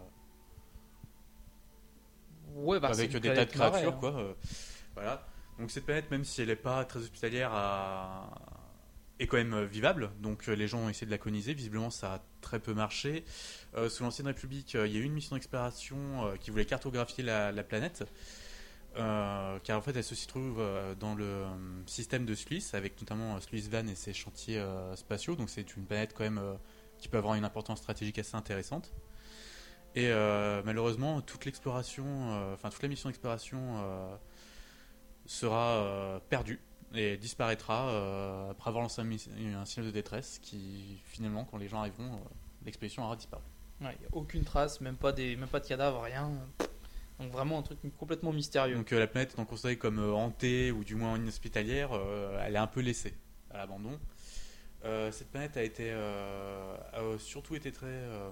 ouais, bah, avec des tas de créatures marais, quoi. Euh, voilà. Donc cette planète, même si elle n'est pas très hospitalière, a est quand même vivable, donc euh, les gens ont essayé de la coloniser. Visiblement ça a très peu marché. Euh, sous l'Ancienne République, euh, il y a eu une mission d'exploration euh, qui voulait cartographier la, la planète, euh, car en fait elle se trouve euh, dans le euh, système de Sluis, avec notamment euh, Sluis Van et ses chantiers euh, spatiaux, donc c'est une planète quand même euh, qui peut avoir une importance stratégique assez intéressante. Et euh, malheureusement toute l'exploration, euh, enfin toute la mission d'exploration euh, sera euh, perdue et disparaîtra euh, après avoir lancé un, un signal de détresse qui finalement quand les gens arriveront euh, l'expédition aura disparu. Il ouais, n'y a aucune trace, même pas, des, même pas de cadavres, rien. Donc vraiment un truc complètement mystérieux. Donc euh, la planète étant considérée comme euh, hantée ou du moins inhospitalière, euh, elle est un peu laissée à l'abandon. Euh, cette planète a été euh, a surtout été très euh,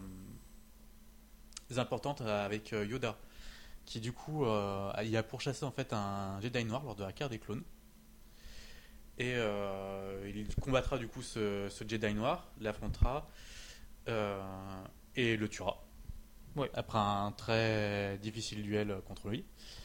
importante avec euh, Yoda, qui du coup euh, il a pourchassé en fait un Jedi noir lors de la guerre des clones. Et euh, il combattra du coup ce, ce Jedi noir, l'affrontera euh, et le tuera. Ouais. Après un très difficile duel contre lui.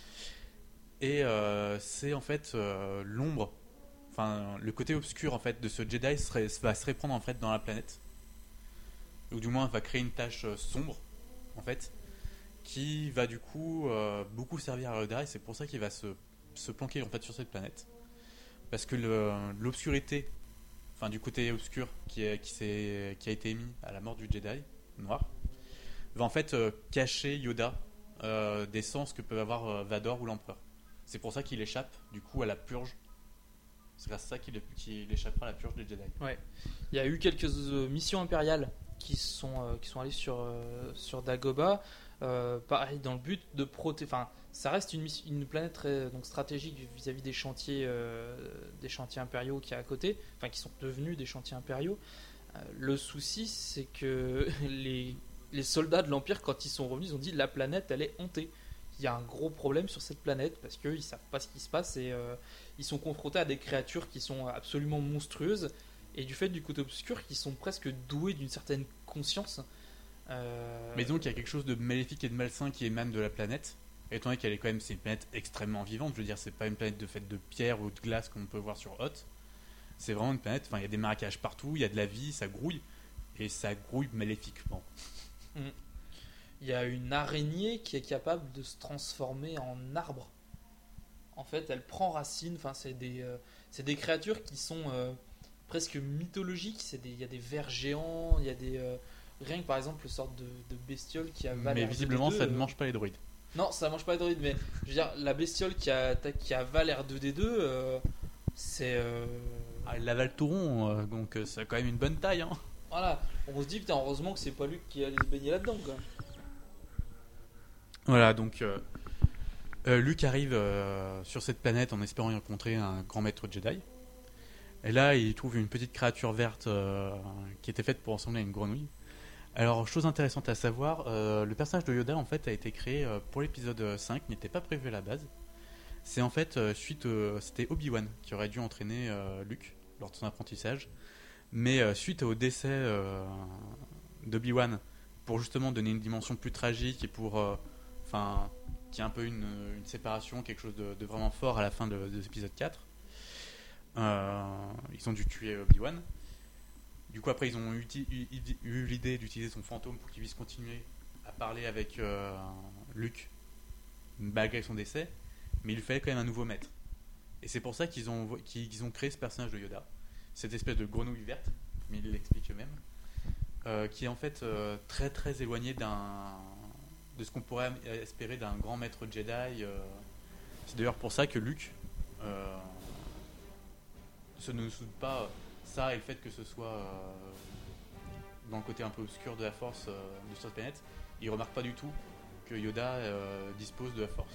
Et euh, c'est en fait euh, l'ombre, enfin le côté obscur en fait de ce Jedi serait, va se répandre en fait dans la planète, ou du moins va créer une tache sombre en fait, qui va du coup euh, beaucoup servir à Yoda, et c'est pour ça qu'il va se, se planquer en fait sur cette planète, parce que le, l'obscurité, enfin du côté obscur qui, est, qui, s'est, qui a été émis à la mort du Jedi noir, va en fait euh, cacher Yoda euh, des sens que peuvent avoir euh, Vador ou l'Empereur. C'est pour ça qu'il échappe du coup à la purge. C'est grâce à ça qu'il, qu'il échappera à la purge des Jedi. Ouais. Il y a eu quelques euh, missions impériales qui sont euh, qui sont allées sur euh, sur Dagobah, euh, pareil dans le but de protéger. Enfin, ça reste une mission, une planète très donc stratégique vis-à-vis des chantiers euh, des chantiers impériaux qui est à côté, enfin qui sont devenus des chantiers impériaux. Euh, le souci, c'est que les les soldats de l'Empire, quand ils sont revenus, ils ont dit la planète elle est hantée. Il y a un gros problème sur cette planète parce qu'ils ne savent pas ce qui se passe et euh, ils sont confrontés à des créatures qui sont absolument monstrueuses, et du fait du côté obscur qui sont presque doués d'une certaine conscience. Euh... Mais disons qu'il y a quelque chose de maléfique et de malsain qui émane de la planète, étant donné qu'elle est quand même, c'est une planète extrêmement vivante. Je veux dire, c'est pas une planète de faite de pierre ou de glace comme on peut voir sur Hoth. C'est vraiment une planète, enfin il y a des marécages partout, il y a de la vie, ça grouille, et ça grouille maléfiquement. Mmh. Il y a une araignée qui est capable de se transformer en arbre. En fait, elle prend racine. Enfin, c'est des, euh, c'est des créatures qui sont euh, presque mythologiques. C'est des, il y a des vers géants, il y a des euh, rien que par exemple le sorte de, de bestiole qui avale. Mais visiblement, R deux D deux, ça ne mange pas les droïdes. Non, ça mange pas les droïdes. Mais je veux dire, la bestiole qui a qui avale R deux D deux, euh, c'est. Euh... Ah, elle avale tout rond, euh, donc euh, ça a quand même une bonne taille. Hein. Voilà, on se dit putain, heureusement que c'est pas Luke qui allait se baigner là-dedans, quoi. Voilà, donc euh, euh, Luke arrive euh, sur cette planète en espérant y rencontrer un grand maître Jedi. Et là, il trouve une petite créature verte euh, qui était faite pour ressembler à une grenouille. Alors, chose intéressante à savoir, euh, le personnage de Yoda en fait a été créé euh, pour l'épisode cinq, n'était pas prévu à la base. C'est en fait euh, suite, euh, c'était Obi-Wan qui aurait dû entraîner euh, Luke lors de son apprentissage, mais euh, suite au décès euh, d'Obi-Wan, pour justement donner une dimension plus tragique et pour euh, enfin, qui est un peu une, une séparation, quelque chose de, de vraiment fort à la fin de, de l'épisode quatre. Euh, ils ont dû tuer Obi-Wan. Du coup, après, ils ont eu, eu, eu l'idée d'utiliser son fantôme pour qu'il puisse continuer à parler avec euh, Luke malgré son décès, mais il lui fallait quand même un nouveau maître. Et c'est pour ça qu'ils ont, qu'ils ont créé ce personnage de Yoda, cette espèce de grenouille verte, mais ils l'expliquent eux-mêmes, euh, qui est en fait euh, très très éloigné d'un de ce qu'on pourrait espérer d'un grand maître Jedi. Euh, c'est d'ailleurs pour ça que Luke euh, se ne soude pas ça et le fait que ce soit euh, dans le côté un peu obscur de la force euh, de cette planète. Il remarque pas du tout que Yoda euh, dispose de la force.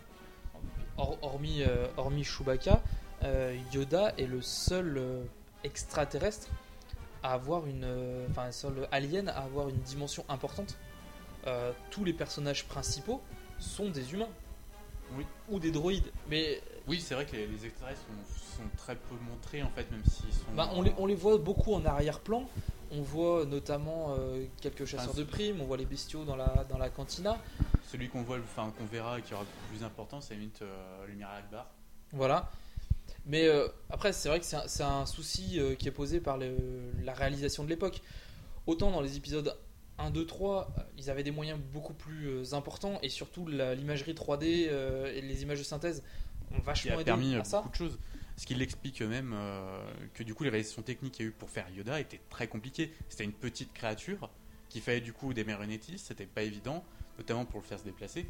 Or, hormis, euh, hormis Chewbacca, euh, Yoda est le seul euh, extraterrestre à avoir une, euh, enfin le seul alien à avoir une dimension importante. Euh, tous les personnages principaux sont des humains, oui, ou des droïdes. Mais oui, c'est vrai que les, les extraterrestres sont, sont très peu montrés en fait, même s'ils sont. Bah, on, les, on les voit beaucoup en arrière-plan. On voit notamment euh, quelques chasseurs enfin, de primes. On voit les bestiaux dans la dans la cantina. Celui qu'on voit, enfin qu'on verra et qui aura le plus important, c'est limite euh, Lumière Akbar. Voilà. Mais euh, après, c'est vrai que c'est un, c'est un souci euh, qui est posé par le, la réalisation de l'époque. Autant dans les épisodes un, deux, trois, ils avaient des moyens beaucoup plus euh, importants, et surtout la, l'imagerie trois D euh, et les images de synthèse ont vachement qui a aidé permis à ça. beaucoup de choses. Ce qui l'explique eux-mêmes euh, que du coup les réalisations techniques qu'il y a eu pour faire Yoda étaient très compliquées. C'était une petite créature qu'il fallait du coup des marionnettistes, c'était pas évident, notamment pour le faire se déplacer.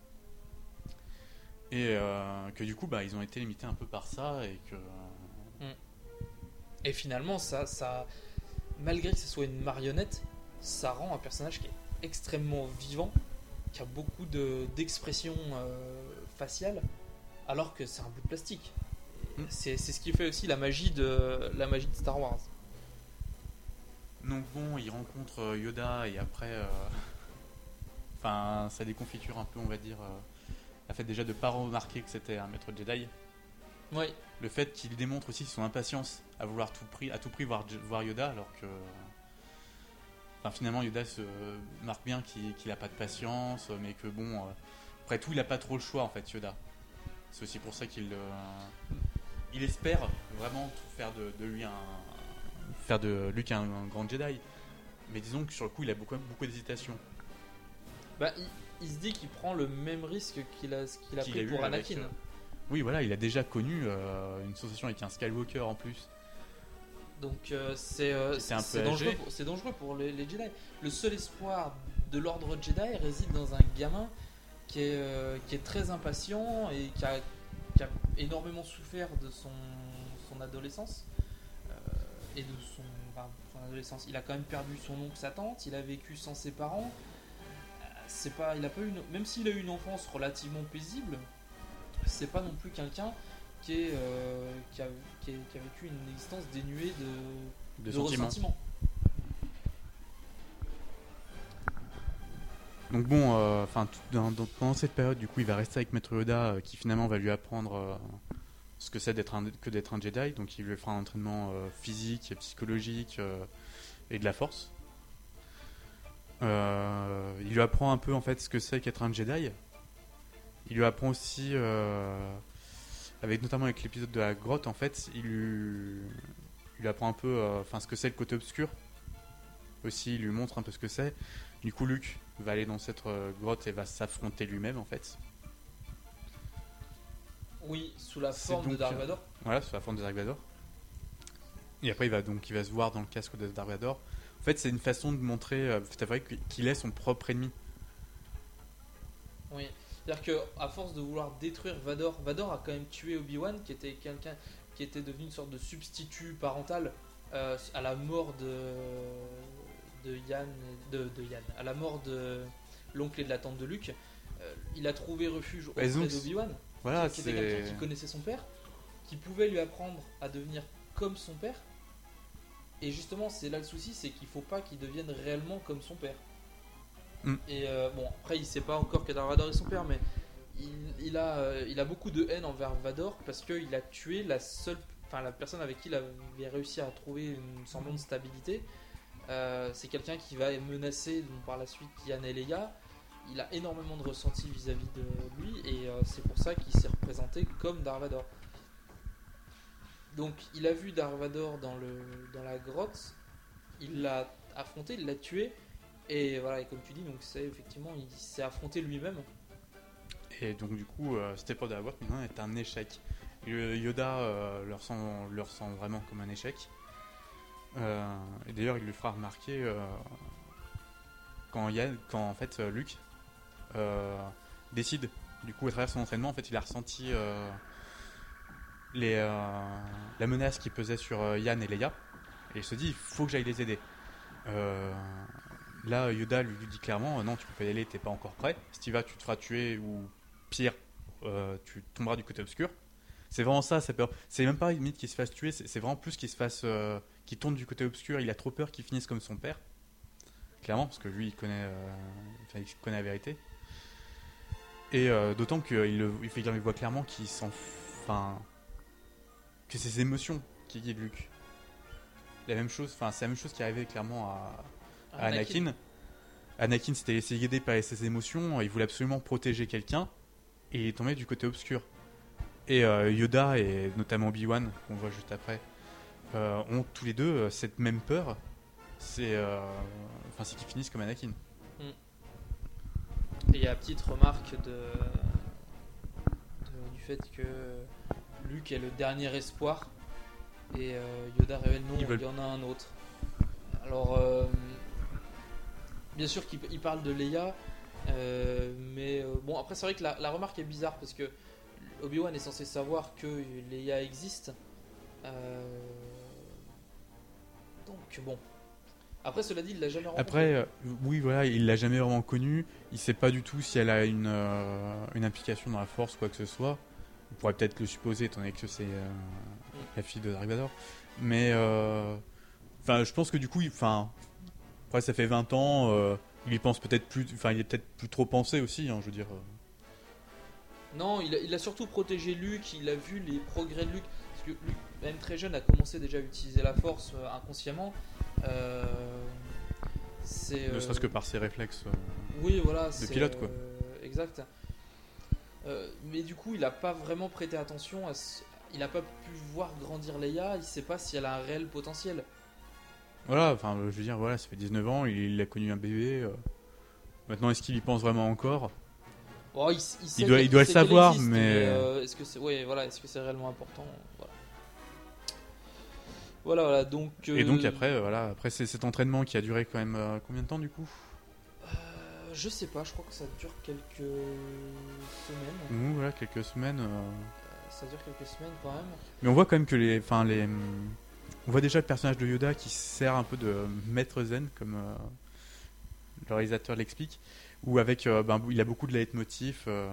Et euh, que du coup bah, ils ont été limités un peu par ça et que. Mm. Et finalement ça, ça, malgré que ce soit une marionnette, ça rend un personnage qui est extrêmement vivant qui a beaucoup de, d'expressions euh, faciales, alors que c'est un bout de plastique. Mm. C'est, c'est ce qui fait aussi la magie de, la magie de Star Wars. Donc bon, il rencontre Yoda et après, euh... enfin, ça déconfiture un peu, on va dire, euh... le fait déjà de pas remarquer que c'était un maître Jedi. Oui. Le fait qu'il démontre aussi son impatience à vouloir tout prix, à tout prix voir, voir Yoda, alors que, enfin, finalement, Yoda se marque bien qu'il, qu'il a pas de patience, mais que bon, euh... après tout, il a pas trop le choix en fait, Yoda. C'est aussi pour ça qu'il, euh... il espère vraiment tout faire de, de lui un faire de Luke un, un grand Jedi, mais disons que sur le coup il a beaucoup, beaucoup d'hésitation. Bah, il, il se dit qu'il prend le même risque qu'il a, qu'il a qu'il pris a pour avec, Anakin. euh, oui voilà, il a déjà connu euh, une sensation avec un Skywalker en plus. Donc euh, c'est, euh, C'était un peu c'est, dangereux âgé. pour, c'est dangereux pour les, les Jedi. Le seul espoir de l'ordre Jedi réside dans un gamin qui est, euh, qui est très impatient et qui a, qui a énormément souffert de son, son adolescence. Et de son, enfin, son adolescence. Il a quand même perdu son oncle, sa tante, il a vécu sans ses parents. Euh, C'est pas, il a pas eu une, même s'il a eu une enfance relativement paisible, c'est pas non plus quelqu'un qui, est, euh, qui, a, qui, est, qui a vécu une existence dénuée de, De de sentiments. ressentiment. Donc bon, euh, enfin dans, dans- pendant cette période, du coup, il va rester avec Maître Yoda, euh, qui finalement va lui apprendre euh, ce que c'est d'être un, que d'être un Jedi. Donc il lui fera un entraînement euh, physique, psychologique euh, et de la Force. Euh, il lui apprend un peu en fait ce que c'est qu'être un Jedi. Il lui apprend aussi, euh, avec notamment avec l'épisode de la grotte, en fait, il lui, il lui apprend un peu, euh, enfin ce que c'est le côté obscur. Aussi, il lui montre un peu ce que c'est. Du coup, Luke va aller dans cette euh, grotte et va s'affronter lui-même en fait. Oui, sous la C'est forme de donc, Dark euh, Vador. Voilà, sous la forme de Dark Vador. Et après, il va donc, il va se voir dans le casque de Dark Vador. En fait, c'est une façon de montrer, euh, c'est vrai qu'il est son propre ennemi. Oui. C'est-à-dire que à force de vouloir détruire Vador, Vador a quand même tué Obi-Wan, qui était quelqu'un qui était devenu une sorte de substitut parental euh, à la mort de de Yann, de, de Yann, à la mort de l'oncle et de la tante de Luke. Euh, il a trouvé refuge auprès donc, d'Obi-Wan, Voilà, qui était c'est. quelqu'un qui connaissait son père, qui pouvait lui apprendre à devenir comme son père. Et justement, c'est là le souci, c'est qu'il faut pas qu'il devienne réellement comme son père. Mm. Et euh, bon, après, il sait pas encore que Dark Vador est son père, mais il, il a, euh, il a beaucoup de haine envers Vador parce qu'il a tué la seule, enfin la personne avec qui il avait réussi à trouver une semblante de stabilité. Euh, c'est quelqu'un qui va menacer donc, par la suite Yann et Leia. Il a énormément de ressenti vis-à-vis de lui et euh, c'est pour ça qu'il s'est représenté comme Dark Vador. Donc il a vu Dark Vador dans, le, dans la grotte, il l'a affronté, il l'a tué et voilà, et comme tu dis, donc c'est effectivement il s'est affronté lui-même. Et donc du coup, euh, cette épreuve de la grotte maintenant est un échec. Et le Yoda euh, le, ressent, le ressent vraiment comme un échec. Euh, et d'ailleurs, il lui fera remarquer euh, quand, Yann, quand en fait euh, Luke euh, décide, du coup à travers son entraînement, en fait, il a ressenti euh, les, euh, la menace qui pesait sur euh, Yann et Leia, et il se dit il faut que j'aille les aider. Euh, là, Yoda lui dit clairement non, tu peux pas y aller, t'es pas encore prêt. Si tu vas, tu te feras tuer ou pire, euh, tu tomberas du côté obscur. C'est vraiment ça, c'est peur. C'est même pas limite qu'il se fasse tuer, c'est, c'est vraiment plus qu'il se fasse, euh, qu'il tourne du côté obscur. Il a trop peur qu'il finisse comme son père, clairement, parce que lui, il connaît, euh, enfin, il connaît la vérité. Et euh, d'autant qu'il le, il fait, il voit clairement qu'il s'en, enfin, que c'est ses émotions qui guident Luke. La même chose, enfin, c'est la même chose qui arrivait clairement à, à Anakin. Anakin, Anakin s'était laissé guider par ses émotions. Il voulait absolument protéger quelqu'un et il est tombé du côté obscur. Et euh, Yoda et notamment Obi-Wan, qu'on voit juste après, euh, ont tous les deux euh, cette même peur. C'est, euh, enfin, c'est qu'ils finissent comme Anakin. Mm. Et il y a la petite remarque de, de- du fait que Luke est le dernier espoir et euh, Yoda révèle non, Ils il veulent- y en a un autre. Alors, euh, bien sûr qu'il il parle de Leia, euh, mais euh, bon, après c'est vrai que la, la remarque est bizarre parce que Obi-Wan est censé savoir que Leia existe. Euh, donc bon, Après, cela dit, il l'a jamais rencontré. Après, euh, oui, voilà, il l'a jamais vraiment connue. Il sait pas du tout si elle a une, euh, une implication dans la Force, quoi que ce soit. On pourrait peut-être le supposer, étant donné que c'est euh, Mm. la fille de Dark Vador. Mais, enfin, euh, je pense que du coup, enfin, après, ça fait vingt ans. Euh, il y pense peut-être plus. Enfin, il est peut-être plus trop pensé aussi. Hein, je veux dire. euh. Non, il a, il a surtout protégé Luke, il a vu les progrès de Luke. Parce que Luke, même très jeune, a commencé déjà à utiliser la Force euh, inconsciemment. Euh, c'est, Ne euh, serait-ce que par ses réflexes. euh. Oui, voilà. c'est, pilote, quoi. euh, exact. Euh, mais du coup, il n'a pas vraiment prêté attention. À ce- Il n'a pas pu voir grandir Leia. Il ne sait pas si elle a un réel potentiel. Voilà, enfin, je veux dire, voilà, ça fait dix-neuf ans, il, il a connu un bébé. euh. Maintenant, est-ce qu'il y pense vraiment encore? Oh, il, il sait Il doit- qu'elle- il doit le sait qu'elle savoir, existe, mais- euh, est-ce que c'est, ouais, voilà, est-ce que c'est réellement important? Voilà. Voilà, voilà. Donc. Et donc euh, après, euh, voilà, après c'est cet entraînement qui a duré quand même euh, combien de temps du coup? euh, je sais pas. Je crois que ça dure quelques semaines. Ouh, voilà, quelques semaines. euh. Euh, ça dure quelques semaines quand même. Mais on voit quand même que les, enfin les, on voit déjà le personnage de Yoda qui sert un peu de maître zen, comme euh, le réalisateur l'explique, où avec, euh, ben, il a beaucoup de leitmotifs euh,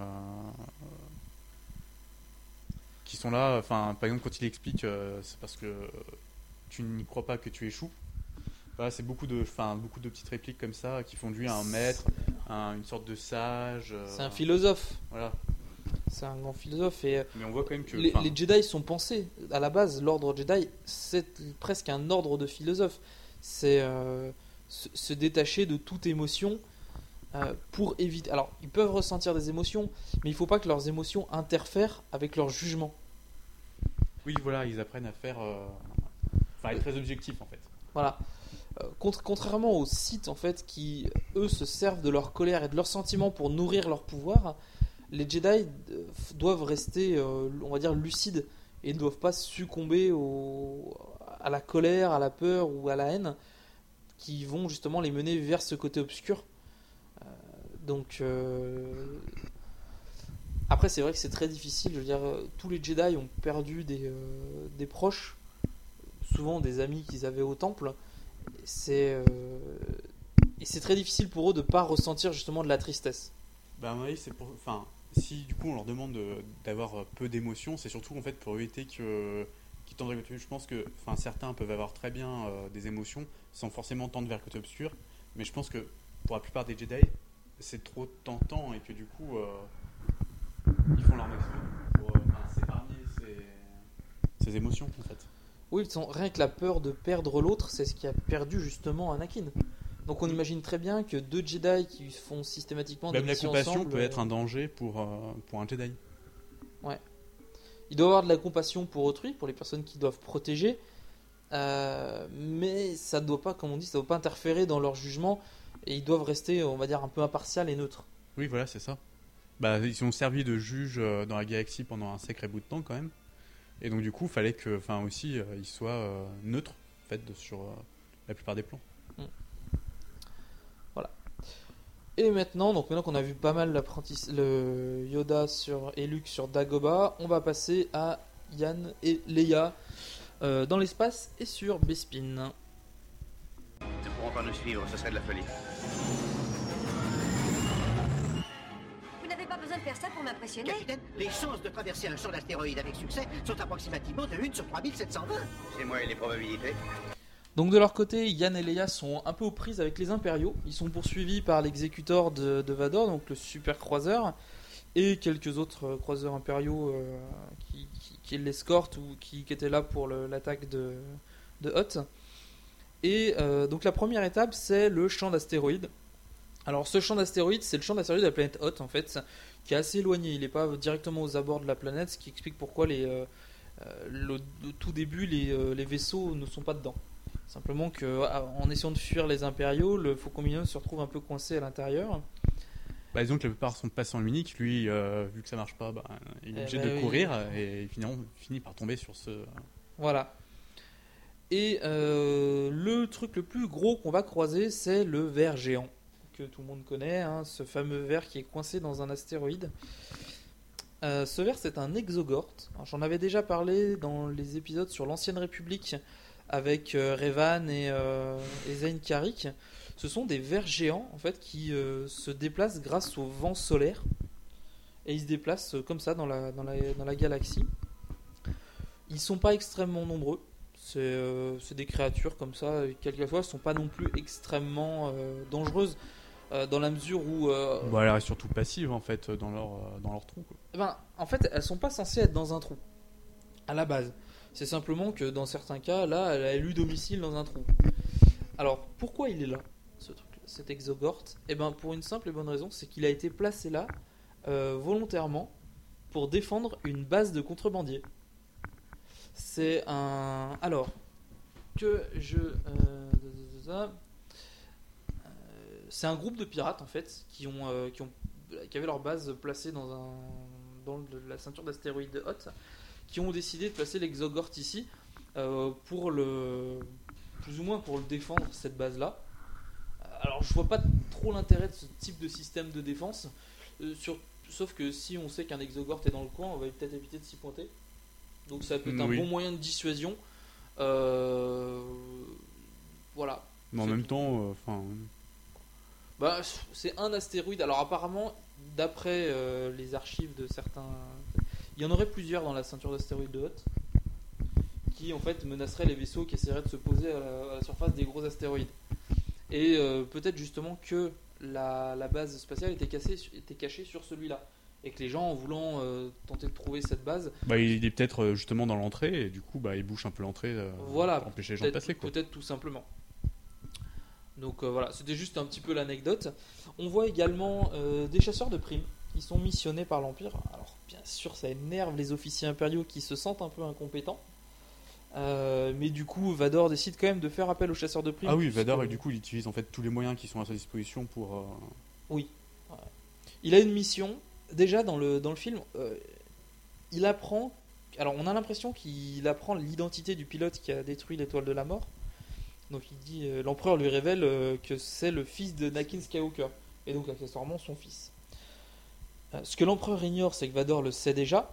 qui sont là. Enfin, par exemple, quand il explique, euh, c'est parce que tu n'y crois pas que tu échoues. Voilà, c'est beaucoup de, enfin, beaucoup de petites répliques comme ça qui font de lui un maître, un- une sorte de sage. euh, C'est un philosophe. Voilà. C'est un grand philosophe et. Mais on voit quand même que. Les, enfin, les Jedi sont pensés. À la base, l'ordre Jedi, c'est presque un ordre de philosophe. C'est euh, se, se détacher de toute émotion euh, pour éviter. Alors, ils peuvent ressentir des émotions, mais il ne faut pas que leurs émotions interfèrent avec leur jugement. Oui, voilà, ils apprennent à faire. euh, Enfin, être très objectifs en fait. Voilà. Euh, contre- contrairement aux Sith, en fait, qui eux se servent de leur colère et de leurs sentiments pour nourrir leur pouvoir, les Jedi euh, f- doivent rester, euh, on va dire, lucides et ne doivent pas succomber au, à la colère, à la peur ou à la haine qui vont justement les mener vers ce côté obscur. Euh, donc, euh, après, c'est vrai que c'est très difficile. Je veux dire, euh, tous les Jedi ont perdu des, euh, des proches, souvent des amis qu'ils avaient au temple. C'est euh, et c'est très difficile pour eux de pas ressentir justement de la tristesse. Bah, à mon avis, c'est pour. Enfin, si du coup on leur demande de- d'avoir peu d'émotions, c'est surtout en fait pour éviter que. Qu'ils tendent vers le côté. Je pense que. Enfin, certains peuvent avoir très bien euh, des émotions sans forcément tendre vers le côté obscur. Mais je pense que pour la plupart des Jedi, c'est trop tentant et que du coup. euh, ils font leur maximum pour euh, enfin, s'épargner ces... ces émotions en fait. Oui, ils sont- rien que la peur de perdre l'autre, c'est ce qui a perdu justement Anakin. Donc on imagine très bien que deux Jedi qui font systématiquement des Même la missions compassion ensemble, peut être euh, un danger pour, euh, pour un Jedi. il doit y avoir de la compassion pour autrui, pour les personnes qui doivent protéger, euh, mais ça ne doit pas, comme on dit, ça doit pas interférer dans leur jugement et ils doivent rester, on va dire, un peu impartial et neutre. Oui, voilà, c'est ça. Bah, ils ont servi de juges euh, dans la galaxie pendant un sacré bout de temps quand même. Et donc du coup, il fallait que, enfin aussi, euh, ils soient euh, neutres en fait, de- sur euh, la plupart des plans. Et maintenant, donc maintenant qu'on a vu pas mal l'apprentissage, le Yoda sur, et Luke sur Dagobah, on va passer à Yann et Leia euh, dans l'espace et sur Bespin. Ils ne pourront pas nous suivre, ce serait de la folie. Vous n'avez pas besoin de faire ça pour m'impressionner. Capitaine, les chances de traverser un champ d'astéroïdes avec succès sont approximativement de une sur trois mille sept cent vingt. C'est moi et les probabilités. Donc de leur côté, Yann et Leia sont un peu aux prises avec les Impériaux. Ils sont poursuivis par l'exécuteur de, de Vador, donc le super croiseur, et quelques autres euh, croiseurs impériaux euh, qui, qui, qui l'escortent ou qui, qui étaient là pour le- l'attaque de, de Hoth. Et euh, donc la première étape, c'est le champ d'astéroïdes. Alors ce champ d'astéroïdes, c'est le champ d'astéroïdes de la planète Hoth en fait, qui est assez éloigné. Il n'est pas directement aux abords de la planète, ce qui explique pourquoi les, euh, euh, le, au tout début les, euh, les vaisseaux ne sont pas dedans. Simplement que, ah, en essayant de fuir les impériaux, le Faucon Millenium se retrouve un peu coincé à l'intérieur. Bah, disons que la plupart sont passés en unique. Lui, euh, vu que ça marche pas, bah, il est Eh obligé bah de oui. courir et finalement finit par tomber sur ce. Voilà. Et euh, le truc le plus gros qu'on va croiser, c'est le ver géant, que tout le monde connaît, hein, ce fameux ver qui est coincé dans un astéroïde. Euh, ce ver, c'est un exogorte. Alors, j'en avais déjà parlé dans les épisodes sur l'Ancienne République, avec euh, Revan et, euh, et Zane Carrick. Ce sont des vers géants en fait qui euh, se déplacent grâce au vent solaire et ils se déplacent euh, comme ça dans la, dans, la, dans la galaxie. Ils sont pas extrêmement nombreux, c'est, euh, c'est des créatures comme ça, et quelquefois elles sont pas non plus extrêmement euh, dangereuses euh, dans la mesure où... Euh, Bah, elles restent surtout passives en fait dans leur, euh, dans leur trou. Quoi. eh ben, en fait elles sont pas censées être dans un trou à la base. C'est simplement que dans certains cas, là, elle a élu domicile dans un trou. Alors, pourquoi il est là, ce truc, cet Exogort ? Eh ben, pour une simple et bonne raison, c'est qu'il a été placé là euh, volontairement pour défendre une base de contrebandiers. C'est un. Alors, que je. Euh, euh, c'est un groupe de pirates en fait qui ont, euh, qui ont, qui avaient leur base placée dans un, dans le- la ceinture d'astéroïdes de Hoth, qui ont décidé de placer l'Exogort ici euh, pour le plus ou moins pour le défendre cette base là. Alors je vois pas trop l'intérêt de ce type de système de défense, euh, sur, sauf que si on sait qu'un Exogort est dans le coin, on va peut-être éviter de s'y pointer. Donc ça peut être un Oui. bon moyen de dissuasion. Euh, voilà. Mais en C'est même tout. temps, enfin, Bah, c'est un astéroïde. Alors apparemment, d'après euh, les archives de certains, il y en aurait plusieurs dans la ceinture d'astéroïdes de Hoth qui en fait menaceraient les vaisseaux qui essaieraient de se poser à la, à la surface des gros astéroïdes. Et euh, peut-être justement que la, la base spatiale était, cassée, était cachée sur celui-là. Et que les gens, en voulant euh, tenter de trouver cette base, bah, il est peut-être euh, justement dans l'entrée et du coup, bah, il bouche un peu l'entrée euh, Voilà, pour empêcher les gens de peut-être, passer. Quoi. peut-être tout simplement. Donc euh, voilà, c'était juste un petit peu l'anecdote. On voit également euh, des chasseurs de primes qui sont missionnés par l'Empire. Alors bien sûr, ça énerve les officiers impériaux qui se sentent un peu incompétents. Euh, mais du coup, Vador décide quand même de faire appel aux chasseurs de primes. Ah oui, puisque- Vador, et du coup, il utilise en fait tous les moyens qui sont à sa disposition pour. euh, Oui. Ouais. Il a une mission. Déjà dans le, dans le film, euh, il apprend. Alors on a l'impression qu'il apprend l'identité du pilote qui a détruit l'étoile de la mort. Donc il dit, euh, l'empereur lui révèle euh, que c'est le fils de Anakin Skywalker. Et donc accessoirement son fils. Euh, ce que l'empereur ignore, c'est que Vador le sait déjà.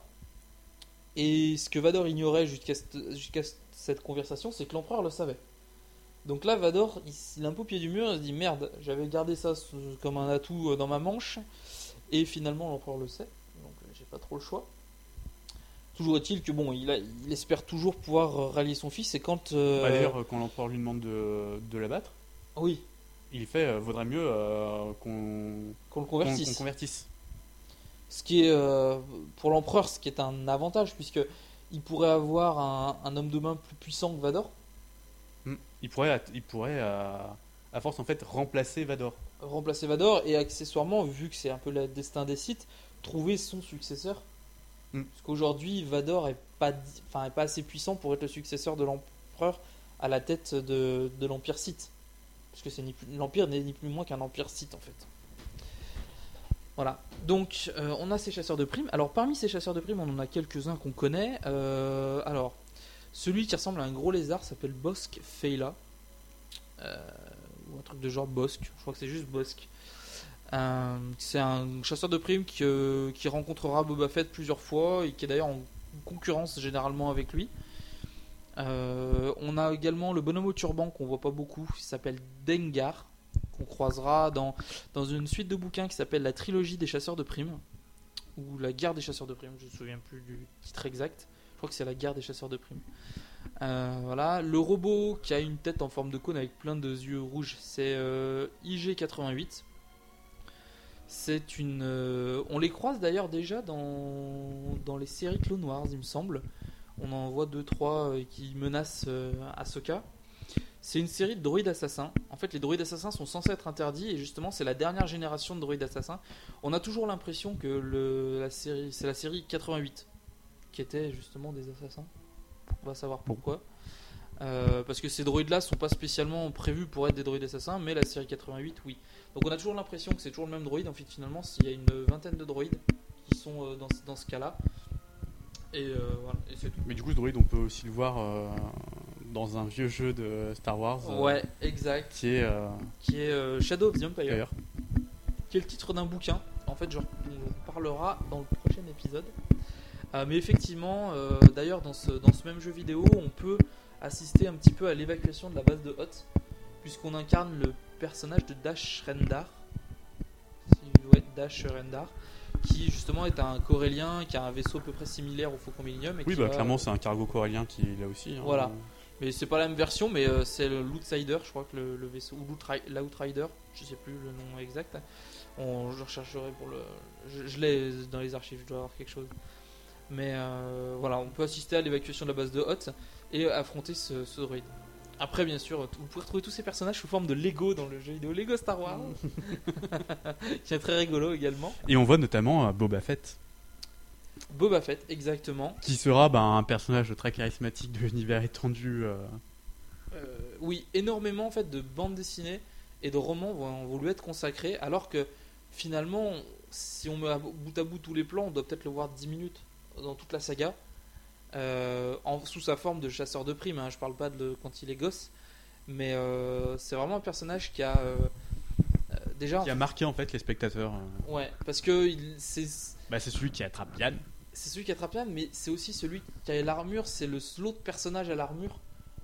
Et ce que Vador ignorait jusqu'à cette, jusqu'à cette conversation, c'est que l'empereur le savait. Donc là, Vador, il, il est un peu au pied du mur, il se dit merde, j'avais gardé ça sous- comme un atout euh, dans ma manche, et finalement l'empereur le sait, donc euh, j'ai pas trop le choix. Toujours est-il que bon, il, a- il espère toujours pouvoir euh, rallier son fils, et quand. euh, bah, d'ailleurs, quand l'empereur lui demande de, de l'abattre, oui, il fait euh, vaudrait mieux euh, qu'on qu'on le qu'on- convertisse. qu'on convertisse. Ce qui est euh, pour l'empereur, ce qui est un avantage, puisque il pourrait avoir un, un homme de main plus puissant que Vador, Hmm. Il pourrait, il pourrait euh, à force en fait remplacer Vador. remplacer Vador, et accessoirement, vu que c'est un peu le destin des Sith, trouver son successeur. Mm. Parce qu'aujourd'hui, Vador est pas, di- enfin, est pas assez puissant pour être le successeur de l'empereur à la tête de, de l'Empire Sith. Parce que c'est ni plus- l'Empire n'est ni plus ni moins qu'un Empire Sith en fait. Voilà. Donc, euh, on a ces chasseurs de primes. Alors, parmi ces chasseurs de primes, on en a quelques-uns qu'on connaît. Euh, alors, celui qui ressemble à un gros lézard s'appelle Bossk Feyla. Euh, ou un truc de genre Bossk. Je crois que c'est juste Bossk. Euh, c'est un chasseur de primes qui, euh, qui rencontrera Boba Fett plusieurs fois et qui est d'ailleurs en concurrence généralement avec lui. Euh, on a également le bonhomme au turban qu'on voit pas beaucoup, qui s'appelle Dengar, qu'on croisera dans, dans une suite de bouquins qui s'appelle la trilogie des chasseurs de primes, ou la guerre des chasseurs de primes, je me souviens plus du titre exact. Je crois que c'est la guerre des chasseurs de primes. Euh, voilà, le robot qui a une tête en forme de cône avec plein de yeux rouges, c'est euh, I G quatre-vingt-huit. C'est une, euh, on les croise d'ailleurs déjà dans, dans les séries Clone Wars, il me semble. On en voit deux trois euh, qui menacent euh, Ahsoka. C'est une série de droïdes assassins. En fait, les droïdes assassins sont censés être interdits et justement, c'est la dernière génération de droïdes assassins. On a toujours l'impression que le, la série, c'est la série quatre-vingt-huit qui était justement des assassins. On va savoir pourquoi. Euh, parce que ces droïdes-là sont pas spécialement prévus pour être des droïdes assassins, mais la série quatre-vingt-huit, oui. Donc on a toujours l'impression que c'est toujours le même droïde. En fait, finalement, il y a une vingtaine de droïdes qui sont euh, dans, dans ce cas-là. Et euh, voilà, et c'est tout. Mais du coup, ce droïde, on peut aussi le voir euh, dans un vieux jeu de Star Wars. euh, Ouais, exact. Qui est euh, Qui est euh, Shadow of the Empire. d'ailleurs. Qui est le titre d'un bouquin. En fait, genre, on en parlera dans le prochain épisode. Euh, mais effectivement, euh, d'ailleurs, dans ce, dans ce même jeu vidéo, on peut assister un petit peu à l'évacuation de la base de Hoth, puisqu'on incarne le personnage de Dash Rendar, ouais, Dash Rendar, qui justement est un corélien qui a un vaisseau à peu près similaire au Faucon Millenium. Et Oui, qui bah va, clairement, c'est un cargo corélien qui est là aussi. Hein. Voilà. Mais c'est pas la même version, mais euh, c'est le l'Outsider, je crois que le, le vaisseau, ou l'Outri- l'Outrider, je sais plus le nom exact. On, je rechercherai pour le. Je, je l'ai dans les archives, je dois avoir quelque chose. Mais euh, voilà, on peut assister à l'évacuation de la base de Hoth et affronter ce, ce droïde. Après, bien sûr, vous pouvez retrouver tous ces personnages sous forme de Lego dans le jeu vidéo Lego Star Wars, qui est très rigolo également. Et on voit notamment euh, Boba Fett. Boba Fett, exactement. Qui sera bah, un personnage très charismatique de l'univers étendu. Euh... Euh, oui, énormément en fait de bandes dessinées et de romans vont, vont lui être consacrés, alors que finalement, si on met à bout à bout tous les plans, on doit peut-être le voir dix minutes dans toute la saga, euh, en, sous sa forme de chasseur de primes. Hein, je parle pas de quand il est gosse, mais euh, c'est vraiment un personnage qui a euh, euh, déjà qui a marqué en fait les spectateurs. Euh... Ouais, parce que il, c'est bah, c'est celui qui attrape Yann. C'est celui qui attrape Yann, mais c'est aussi celui qui a l'armure. C'est le l'autre personnage à l'armure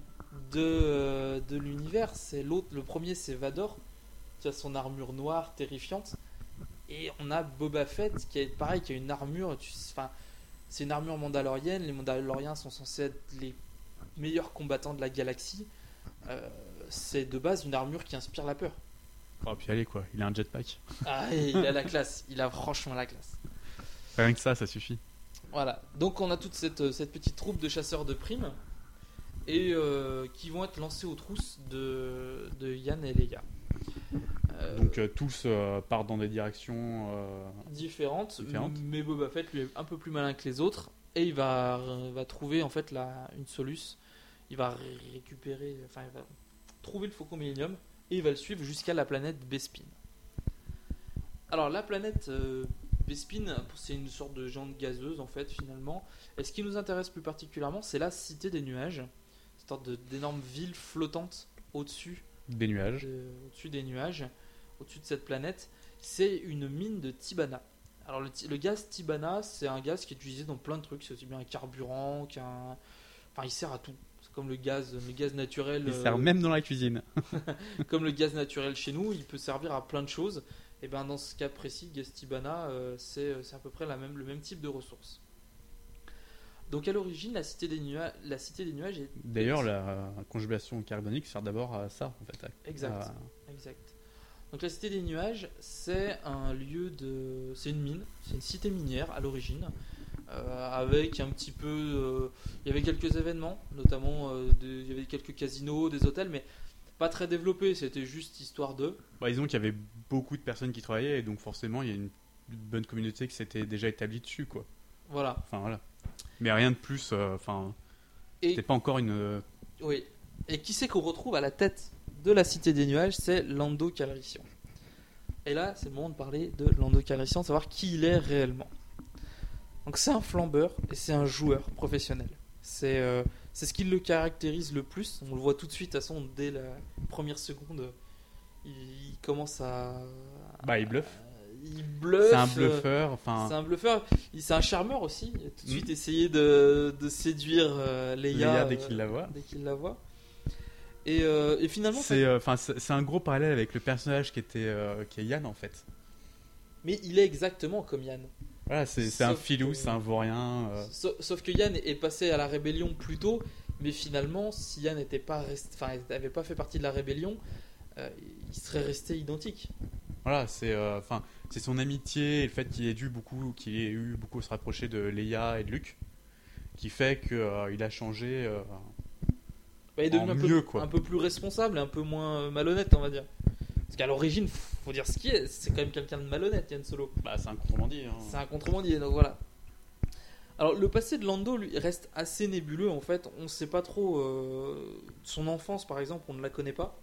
de de l'univers. C'est l'autre. Le premier, c'est Vador, qui a son armure noire terrifiante, et on a Boba Fett qui est pareil, qui a une armure. Tu, enfin, c'est une armure mandalorienne. Les Mandaloriens sont censés être les meilleurs combattants de la galaxie. Euh, c'est de base une armure qui inspire la peur. Oh, puis allez quoi, il a un jetpack. Ah, il a la classe. Il a franchement la classe. Rien que ça, ça suffit. Voilà, donc on a toute cette, cette petite troupe de chasseurs de primes et euh, qui vont être lancés aux trousses de, de Yann et Leia. Euh, donc euh, tous euh, partent dans des directions euh, différentes, différentes, mais Boba Fett lui est un peu plus malin que les autres et il va, va trouver en fait la, une soluce. Il va récupérer, enfin il va trouver le Faucon Millenium et il va le suivre jusqu'à la planète Bespin. Alors la planète euh, Bespin, c'est une sorte de géante gazeuse en fait finalement. Et ce qui nous intéresse plus particulièrement, c'est la Cité des Nuages, une sorte de, d'énorme ville flottante au-dessus des nuages. De, au-dessus des nuages, au-dessus de cette planète. C'est une mine de Tibana. Alors le, le gaz Tibana, c'est un gaz qui est utilisé dans plein de trucs. C'est aussi bien un carburant qu'un, enfin il sert à tout. C'est comme le gaz, le gaz naturel. Il euh... sert même dans la cuisine. Comme le gaz naturel chez nous, il peut servir à plein de choses. Et ben dans ce cas précis, gaz Tibana, euh, c'est, c'est à peu près la même, le même type de ressources. Donc à l'origine, la cité des nuages, la cité des nuages est. D'ailleurs, la conjuration carbonique sert d'abord à ça, en fait. À... Exact. À... Exact. Donc la cité des nuages, c'est un lieu de, c'est une mine, c'est une cité minière à l'origine, euh, avec un petit peu, euh, il y avait quelques événements, notamment, euh, de... il y avait quelques casinos, des hôtels, mais pas très développé, c'était juste histoire de. Bah, disons qu'il y avait beaucoup de personnes qui travaillaient et donc forcément il y a une bonne communauté qui s'était déjà établie dessus, quoi. Voilà. Enfin voilà. Mais rien de plus. Enfin. Euh, c'était pas encore une. Euh... Oui. Et qui c'est qu'on retrouve à la tête de la Cité des Nuages? C'est Lando Calrissian. Et là, c'est le moment de parler de Lando Calrissian, de savoir qui il est réellement. Donc c'est un flambeur et c'est un joueur professionnel. C'est euh, c'est ce qui le caractérise le plus. On le voit tout de suite, de toute façon, dès la première seconde, il, il commence à... Bah, il bluffe. Il bluffe. C'est un bluffeur. Enfin. C'est un bluffeur. Il, c'est un charmeur aussi. Il a tout de suite mmh. essayé de, de séduire euh, Leia, Leia dès qu'il euh, la voit. Dès qu'il la voit. Et, euh, et finalement, c'est, euh, c'est, c'est un gros parallèle avec le personnage qui était euh, qui est Yann en fait. Mais il est exactement comme Yann. Voilà, c'est, c'est un filou, que, c'est un vaurien. Euh... Sauf, sauf que Yann est passé à la rébellion plus tôt, mais finalement, si Yann n'était pas, rest... enfin, n'avait pas fait partie de la rébellion, euh, il serait resté identique. Voilà, c'est, enfin, euh, c'est son amitié et le fait qu'il ait dû beaucoup, qu'il ait eu beaucoup se rapprocher de Leia et de Luke, qui fait qu'il euh, a changé. Euh, bah, il est devenu un, mieux, peu, quoi. un peu plus responsable, un peu moins malhonnête, on va dire. Parce qu'à l'origine, faut dire ce qui est, c'est quand même quelqu'un de malhonnête, Yann Solo. Bah, c'est un contrebandier. Hein. C'est un contrebandier, donc voilà. Alors, le passé de Lando lui reste assez nébuleux en fait. On ne sait pas trop. Euh, son enfance, par exemple, on ne la connaît pas.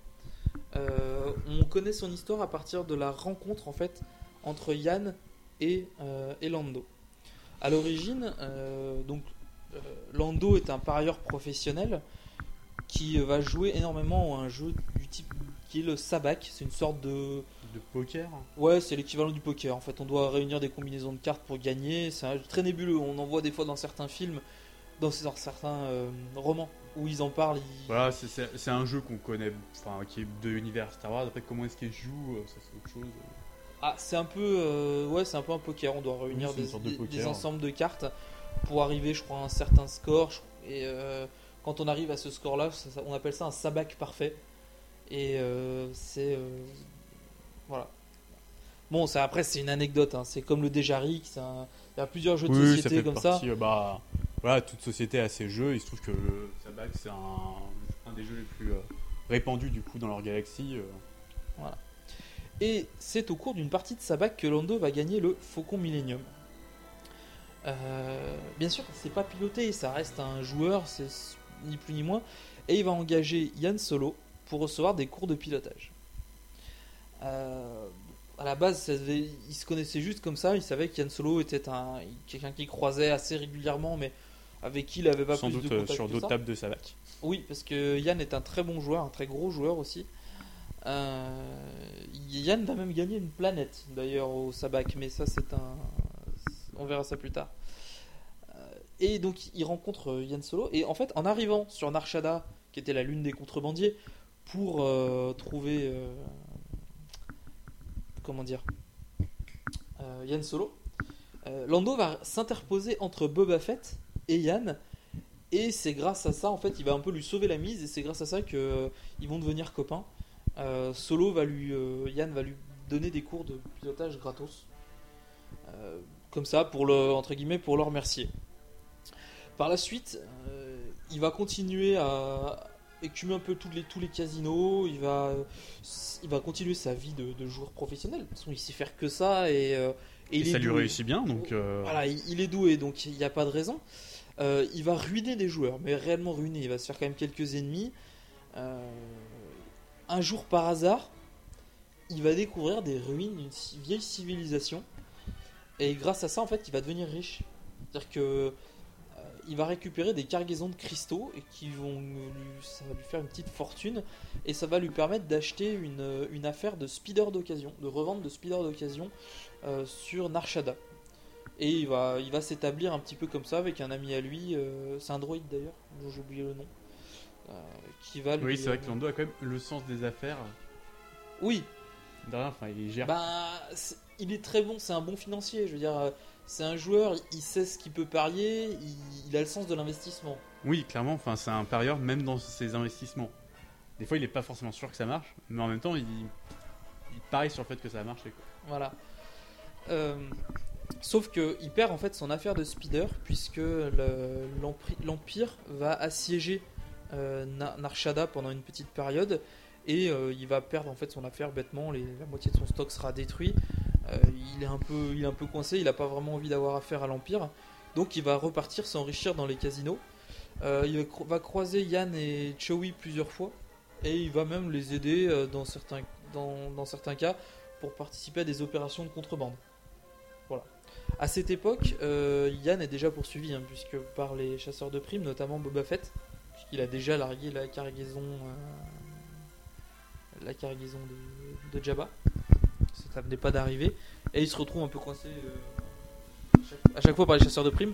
Euh, on connaît son histoire à partir de la rencontre en fait entre Yann et, euh, et Lando. À l'origine, euh, donc euh, Lando est un parieur professionnel qui va jouer énormément à un jeu du type qui est le Sabak. C'est une sorte de de poker. Ouais, c'est l'équivalent du poker. En fait, on doit réunir des combinaisons de cartes pour gagner. C'est un jeu très nébuleux. On en voit des fois dans certains films, dans, dans certains euh, romans où ils en parlent. Ils... Voilà, c'est, c'est, c'est un jeu qu'on connaît, enfin, qui est de l'univers Star Wars. Après, comment est-ce qu'il joue, ça c'est autre chose. Ah, c'est un peu, euh, ouais, c'est un peu un poker. On doit réunir oui, des, de des, des ensembles de cartes pour arriver, je crois, à un certain score. Et euh, quand on arrive à ce score-là, ça, ça, on appelle ça un sabak parfait. Et euh, c'est, euh, voilà. Bon, ça, après, c'est une anecdote. Hein. C'est comme le Dejarik. C'est un... Il y a plusieurs jeux de oui, société ça comme partie, ça. Euh, bah, voilà, toute société a ses jeux. Il se trouve que le sabak, c'est un, un des jeux les plus euh, répandus du coup dans leur galaxie. Euh. Voilà. Et c'est au cours d'une partie de sabak que Lando va gagner le Faucon Millennium. Euh, bien sûr, c'est pas piloté, ça reste un joueur, c'est ni plus ni moins. Et il va engager Han Solo pour recevoir des cours de pilotage. Euh, à la base, ça devait, il se connaissait juste comme ça, il savait qu'Han Solo était un, quelqu'un qui croisait assez régulièrement, mais avec qui il avait pas Sans plus doute de contact sur que d'autres ça. tables de sabak. Oui, parce que Yann est un très bon joueur, un très gros joueur aussi. Euh, Yann va même gagner une planète d'ailleurs au sabak, mais ça c'est un, on verra ça plus tard. Euh, et donc il rencontre Yann Solo et en fait en arrivant sur Nar Shaddaa, qui était la lune des contrebandiers, pour euh, trouver euh, comment dire euh, Yann Solo, euh, Lando va s'interposer entre Boba Fett et Yann. Et c'est grâce à ça, en fait, il va un peu lui sauver la mise, et c'est grâce à ça qu'ils euh, vont devenir copains. Euh, Solo va lui, euh, Yann va lui donner des cours de pilotage gratos, euh, comme ça pour le, entre guillemets, pour le remercier. Par la suite, euh, il va continuer à écumer un peu tous les tous les casinos. Il va, il va continuer sa vie de, de joueur professionnel. De toute façon, il sait faire que ça et, euh, et, et il ça est lui doué. réussit bien, donc. Euh... Voilà, il, il est doué, donc il n'y a pas de raison. Euh, il va ruiner des joueurs, mais réellement ruiner. Il va se faire quand même quelques ennemis. Euh, un jour par hasard, il va découvrir des ruines d'une vieille civilisation, et grâce à ça, en fait, il va devenir riche. C'est-à-dire que euh, il va récupérer des cargaisons de cristaux et qui vont lui, ça va lui faire une petite fortune, et ça va lui permettre d'acheter une, une affaire de speeder d'occasion, de revente de speeder d'occasion euh, sur Nar Shaddaa. Et il va, il va s'établir un petit peu comme ça avec un ami à lui, euh, c'est un droïde d'ailleurs, dont j'ai oublié le nom. Euh, qui va lui, oui, c'est vrai que Lando a quand même le sens des affaires. Oui. De rien, enfin, il gère. Bah, c'est, il est très bon, c'est un bon financier. Je veux dire, c'est un joueur, il sait ce qu'il peut parier, il, il a le sens de l'investissement. Oui, clairement, enfin, c'est un parieur même dans ses investissements. Des fois, il n'est pas forcément sûr que ça marche, mais en même temps, il, il parie sur le fait que ça va marcher, quoi. Voilà. Euh, sauf qu'il perd en fait son affaire de speeder, puisque le, l'Empire va assiéger Euh, Nar Shaddaa pendant une petite période, et euh, il va perdre en fait son affaire bêtement. Les, la moitié de son stock sera détruit. Euh, il est un peu, il est un peu coincé. Il n'a pas vraiment envie d'avoir affaire à l'Empire, donc il va repartir s'enrichir dans les casinos. Euh, il va, cro- va croiser Yann et Chewie plusieurs fois, et il va même les aider euh, dans certains, dans, dans certains cas pour participer à des opérations de contrebande. Voilà. À cette époque, euh, Yann est déjà poursuivi, hein, puisque par les chasseurs de primes, notamment Boba Fett. Il a déjà largué la cargaison, euh, la cargaison de, de Jabba. Ça venait pas d'arriver. Et il se retrouve un peu coincé euh, à, chaque, à chaque fois par les chasseurs de primes.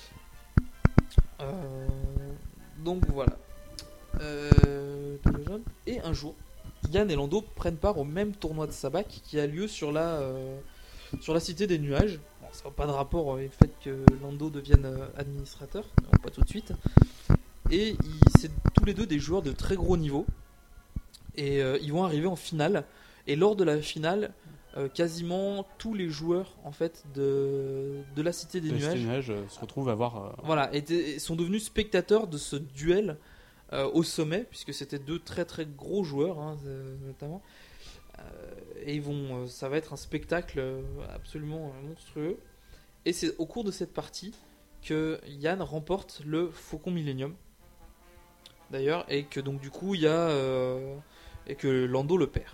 Euh, donc voilà. Euh, et un jour, Yann et Lando prennent part au même tournoi de sabak qui a lieu sur la, euh, sur la Cité des Nuages. Bon, ça n'a pas de rapport avec le fait que Lando devienne administrateur, non, pas tout de suite. Et ils, c'est tous les deux des joueurs de très gros niveau. Et euh, ils vont arriver en finale. Et lors de la finale, euh, quasiment tous les joueurs en fait de, de la Cité des la Nuages, Cité des Nuages euh, se retrouvent à voir. Euh... Voilà, étaient, sont devenus spectateurs de ce duel euh, au sommet, puisque c'était deux très très gros joueurs, hein, euh, notamment. Euh, et ils vont, euh, ça va être un spectacle euh, absolument euh, monstrueux. Et c'est au cours de cette partie que Yann remporte le Faucon Millennium. D'ailleurs, et que donc du coup il y a euh, et que Lando le perd.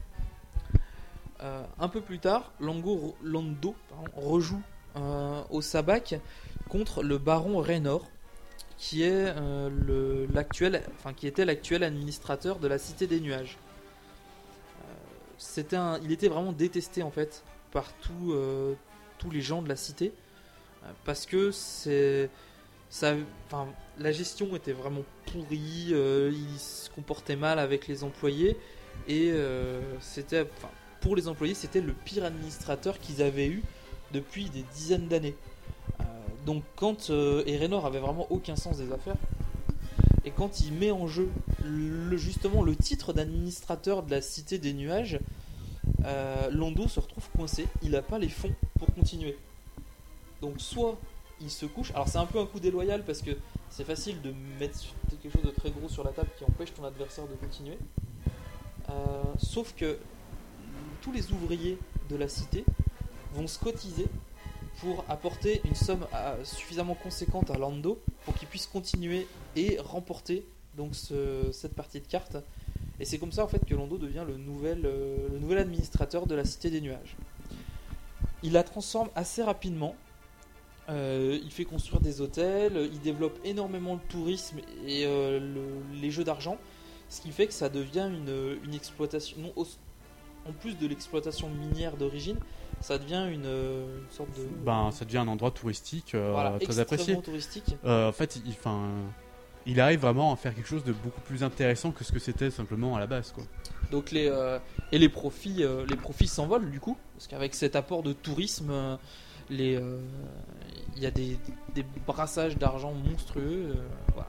Euh, un peu plus tard, Lando, Lando pardon, rejoue euh, au sabak contre le baron Raynor, qui est euh, le, l'actuel, enfin qui était l'actuel administrateur de la Cité des Nuages. Euh, c'était un, il était vraiment détesté en fait par tout, euh, tous les gens de la cité, euh, parce que c'est ça, enfin, la gestion était vraiment pourrie, euh, ils se comportaient mal avec les employés et euh, c'était, enfin, pour les employés, c'était le pire administrateur qu'ils avaient eu depuis des dizaines d'années. Euh, donc quand euh, et Raynor avait vraiment aucun sens des affaires. Et quand il met en jeu le, justement le titre d'administrateur de la Cité des Nuages, euh, Lando se retrouve coincé. Il n'a pas les fonds pour continuer. Donc soit il se couche. Alors c'est un peu un coup déloyal parce que c'est facile de mettre quelque chose de très gros sur la table qui empêche ton adversaire de continuer. Euh, sauf que tous les ouvriers de la cité vont se cotiser pour apporter une somme à, suffisamment conséquente à Lando pour qu'il puisse continuer et remporter donc ce, cette partie de cartes. Et c'est comme ça en fait que Lando devient le nouvel, euh, le nouvel administrateur de la Cité des Nuages. Il la transforme assez rapidement. Euh, il fait construire des hôtels, il développe énormément le tourisme et euh, le, les jeux d'argent, ce qui fait que ça devient une, une exploitation, non, au, en plus de l'exploitation minière d'origine, ça devient une, une sorte de... Ben, ça devient un endroit touristique euh, voilà, très apprécié. Touristique. Euh, en fait, il, fin, il arrive vraiment à faire quelque chose de beaucoup plus intéressant que ce que c'était simplement à la base, quoi. Donc les, euh, et les profits, euh, les profits s'envolent du coup, parce qu'avec cet apport de tourisme... Euh, Les, euh, il y a des, des brassages d'argent monstrueux, euh, voilà.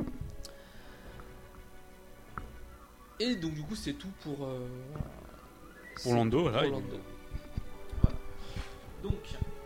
Et donc du coup c'est tout pour euh, pour Lando, pour voilà. Lando. Voilà. Donc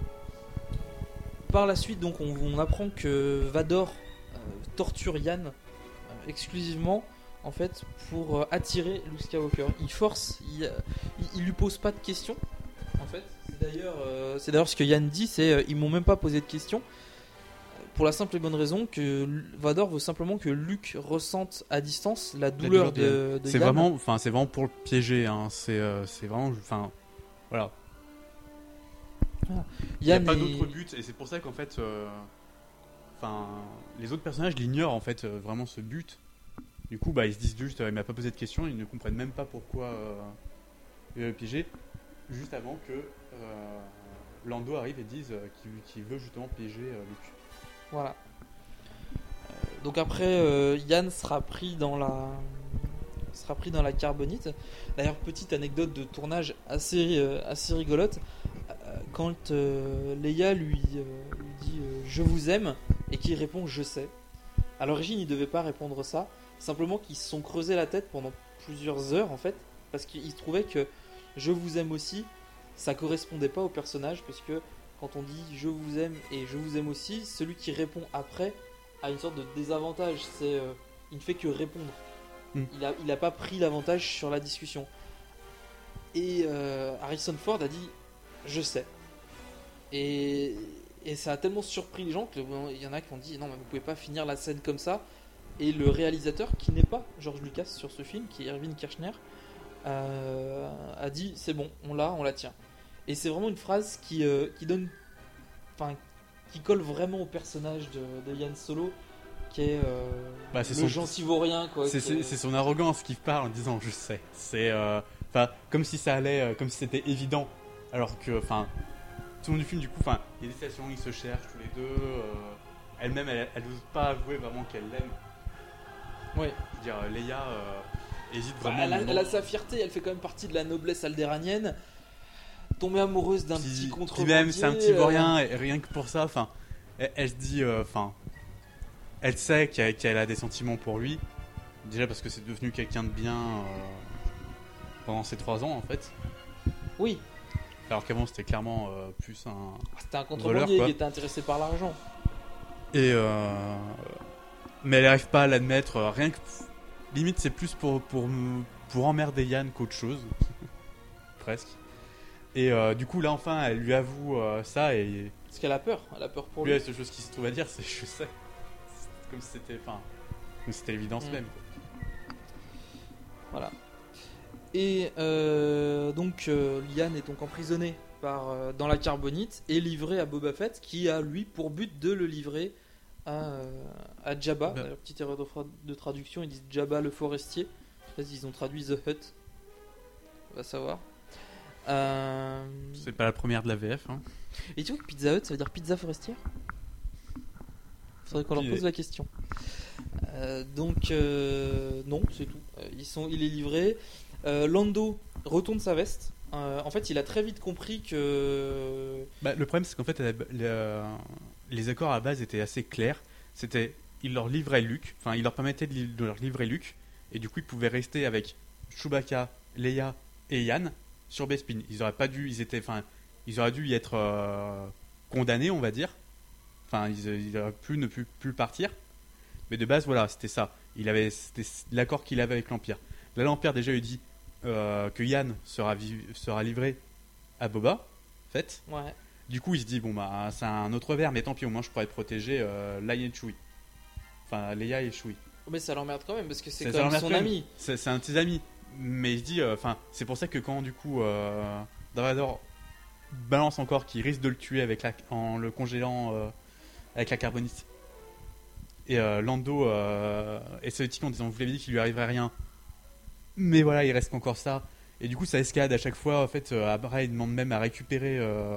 par la suite donc on, on apprend que Vador euh, torture Yann euh, exclusivement en fait pour euh, attirer Luke Skywalker. Il force, il, il, il lui pose pas de questions en fait. C'est d'ailleurs, euh, c'est d'ailleurs ce que Yann dit, c'est euh, ils m'ont même pas posé de questions pour la simple et bonne raison que Vador veut simplement que Luke ressente à distance la douleur, la douleur de, de, de c'est Yann. Vraiment, enfin c'est vraiment pour le piéger, hein. C'est, euh, c'est vraiment, enfin voilà. Ah. Il n'y a pas est... d'autre but et c'est pour ça qu'en fait, enfin euh, les autres personnages l'ignorent en fait euh, vraiment ce but. Du coup bah ils se disent juste euh, il m'a pas posé de questions, ils ne comprennent même pas pourquoi euh, il veut le piéger. Juste avant que euh, Lando arrive et dise euh, qu'il, qu'il veut justement piéger euh, Luke. Voilà. Euh, donc après, euh, Yann sera pris dans la sera pris dans la carbonite. D'ailleurs, petite anecdote de tournage assez euh, assez rigolote. Euh, quand euh, Leia lui, euh, lui dit euh, je vous aime et qu'il répond je sais. À l'origine, il devait pas répondre ça. Simplement qu'ils se sont creusé la tête pendant plusieurs heures en fait, parce qu'ils trouvaient que je vous aime aussi, ça correspondait pas au personnage parce que quand on dit je vous aime et je vous aime aussi, celui qui répond après a une sorte de désavantage. C'est, euh, il ne fait que répondre. Mm. Il a, il a pas pris l'avantage sur la discussion. Et euh, Harrison Ford a dit je sais. Et, et ça a tellement surpris les gens qu'il y en a qui ont dit non mais vous pouvez pas finir la scène comme ça. Et le réalisateur qui n'est pas George Lucas sur ce film, qui est Irvin Kershner, Euh, a dit c'est bon, on l'a, on la tient. Et c'est vraiment une phrase qui, euh, qui donne, enfin, qui colle vraiment au personnage de, de Yann Solo, qui est, euh, bah, c'est le son, gentil vaurien quoi. C'est, c'est, c'est son arrogance qui parle en disant je sais. C'est, enfin, euh, comme si ça allait, euh, comme si c'était évident, alors que, enfin, tout le long du film du coup, enfin, il y a des situations où ils se cherchent tous les deux. Euh, elle-même, elle, elle n'ose pas avouer vraiment qu'elle l'aime. Ouais. Je veux dire, Leia. Euh, hésite bah, vraiment. Elle a, elle a sa fierté, elle fait quand même partie de la noblesse aldéranienne. Tomber amoureuse d'un puis, petit contrebandier. Puis même, c'est un petit vaurien, euh... et rien que pour ça, enfin, elle, elle se dit, enfin, euh, elle sait qu'elle, qu'elle a des sentiments pour lui. Déjà parce que c'est devenu quelqu'un de bien euh, pendant ces trois ans en fait. Oui. Alors qu'avant c'était clairement euh, plus un. Ah, c'était un contrebandier qui était intéressé par l'argent. Et euh, mais elle n'arrive pas à l'admettre, euh, rien que. Limite, c'est plus pour, pour, pour emmerder Yann qu'autre chose. Presque. Et euh, du coup, là, enfin, elle lui avoue euh, ça et... Parce qu'elle a peur. Elle a peur pour lui. lui. La seule chose qui se trouve à dire, c'est je sais. C'est comme si c'était... Enfin, comme si c'était l'évidence mmh. même. Quoi. Voilà. Et euh, donc, euh, Yann est donc emprisonné par, euh, dans la carbonite et livré à Boba Fett, qui a, lui, pour but de le livrer... À, à Jabba, bah. Petite erreur de, de traduction, ils disent Jabba le forestier. Je sais pas s'ils ont traduit The Hutt. On va savoir. Euh... C'est pas la première de la V F. Hein. Et tu vois que Pizza Hut ça veut dire pizza forestière ? Faudrait qu'on leur Aucune pose idée. la question. Euh, donc euh, non, c'est tout. Euh, Ils sont, il est livré. Euh, Lando retourne sa veste. Euh, en fait, il a très vite compris que Bah, le problème, c'est qu'en fait, la- la- les accords à la base étaient assez clairs. C'était, il leur livrait Luke, enfin, il leur permettait de, li- de leur livrer Luke, et du coup, ils pouvaient rester avec Chewbacca, Leia et Yann sur Bespin. Ils auraient pas dû, ils étaient, enfin, ils auraient dû y être euh, condamnés, on va dire. Enfin, ils, ils auraient pu ne plus, plus partir. Mais de base, voilà, c'était ça. Il avait, c'était l'accord qu'il avait avec l'Empire. Là, l'Empire déjà lui dit euh, que Yann sera, vi- sera livré à Boba, en fait. ouais. Du coup, il se dit, bon, bah, c'est un autre verre, mais tant pis, au moins je pourrais protéger euh, Leia et Chewie. Enfin, Leia et Chewie. Mais ça l'emmerde quand même parce que c'est Ça- quand ça même l'emmerde son quand même. ami. C'est c'est un de ses amis. Mais il se dit, enfin, c'est pour ça que quand, du coup, euh, Darth Vader balance encore qu'il risque de le tuer avec la, en le congélant euh, avec la carbonite. Et euh, Lando euh, essaie de tiquer en disant, vous l'avez dit qu'il lui arriverait rien. Mais voilà, il reste encore ça. Et du coup, ça escalade à chaque fois. En fait, euh, Abra, il demande même à récupérer euh,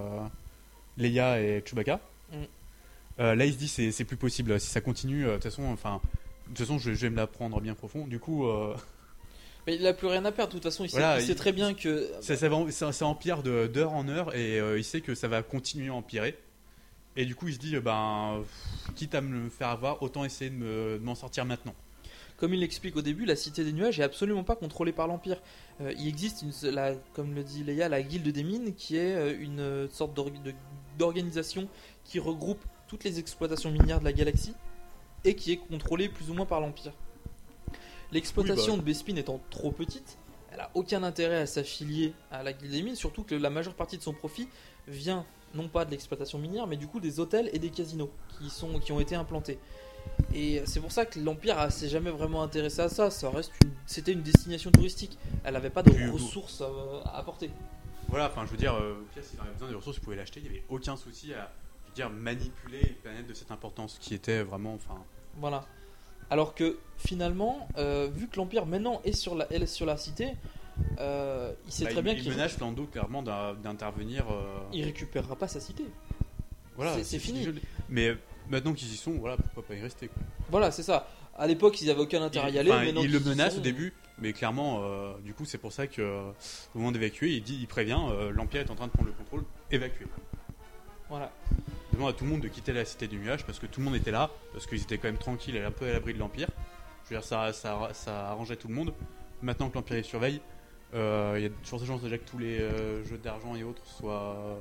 Leia et Chewbacca. Mm. Euh, là, il se dit, c'est c'est plus possible. Si ça continue, euh, de toute façon, enfin, de toute façon, je, je vais me la prendre bien profond. Du coup, euh, Mais il a plus rien à perdre. De toute façon, il sait, Voilà, il sait il- très bien que ça, ça, va- ça- ça empire de- d'heure en heure et euh, il sait que ça va continuer à empirer. Et du coup, il se dit, euh, ben, pff, quitte à me le faire avoir, autant essayer de me- de m'en sortir maintenant. comme il l'explique au début, la Cité des Nuages est absolument pas contrôlée par l'Empire. Euh, il existe, une, la, comme le dit Leia, la Guilde des Mines, qui est euh, une sorte d'or- de- d'organisation qui regroupe toutes les exploitations minières de la galaxie et qui est contrôlée plus ou moins par l'Empire. L'exploitation Oui, bah. de Bespin étant trop petite, elle a aucun intérêt à s'affilier à la Guilde des Mines, surtout que la majeure partie de son profit vient non pas de l'exploitation minière, mais du coup des hôtels et des casinos qui, sont, qui ont été implantés. Et c'est pour ça que l'Empire ah, s'est jamais vraiment intéressé à ça. Ça reste une, c'était une destination touristique. Elle n'avait pas de Puis, ressources à, à apporter. Voilà, enfin, je veux dire, euh, au pire, s'il en avait besoin des ressources, il pouvait l'acheter. Il n'y avait aucun souci à, je veux dire, manipuler une planète de cette importance qui était vraiment, enfin. Voilà. Alors que finalement, euh, vu que l'Empire maintenant est sur la, est sur la cité, euh, il sait bah, très il, bien il qu'il menace Lando clairement d'in- d'intervenir. euh, il récupérera pas sa cité. voilà, c'est- c'est fini. joli. Mais euh, maintenant qu'ils y sont, voilà, pourquoi pas y rester, quoi. Voilà, c'est ça. À l'époque, ils avaient aucun intérêt à y aller. Enfin, maintenant il le qu'ils y menace sont, au début, mais clairement, euh, du coup, c'est pour ça que euh, au moment d'évacuer, il dit, il prévient, euh, l'Empire est en train de prendre le contrôle, évacuer. Voilà. Demande à tout le monde de quitter la cité du nuage parce que tout le monde était là, parce qu'ils étaient quand même tranquilles et un peu à l'abri de l'Empire. Je veux dire, ça, ça, ça arrangeait tout le monde. Maintenant que l'Empire les surveille, euh, il y a de fortes chances déjà que tous les euh, jeux d'argent et autres soient euh,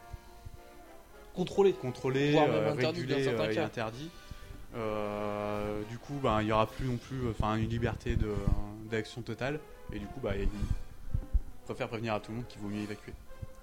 Contrôlé. contrôlés, Voire même euh, interdits dans régulés certains euh, et cas. interdits. Euh, du coup, ben, il n'y aura plus non plus enfin, une liberté de, d'action totale. Et du coup, bah, il préfère prévenir à tout le monde qu'il vaut mieux évacuer.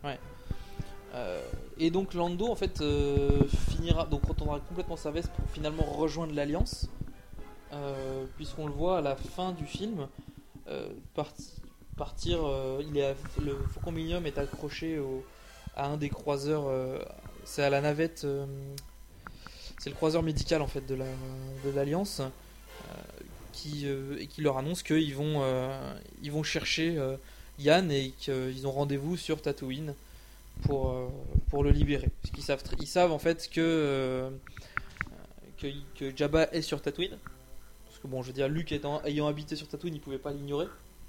Euh, et donc Lando en fait euh, finira donc retournera complètement sa veste pour finalement rejoindre l'Alliance, euh, puisqu'on le voit à la fin du film euh, parti- partir. Euh, il est à- le Faucon Millenium est accroché au, à un des croiseurs. euh, c'est à la navette. euh, c'est le croiseur médical en fait de la de l'Alliance euh, qui euh, et qui leur annonce qu'ils vont euh, ils vont chercher euh, Yann et qu'ils ont rendez-vous sur Tatooine pour, euh, pour le libérer. Parce qu'ils savent, tr- ils savent en fait que, euh, que, que Jabba est sur Tatooine. Parce que bon, je veux dire, Luke étant, ayant habité sur Tatooine, il pouvait pas l'ignorer.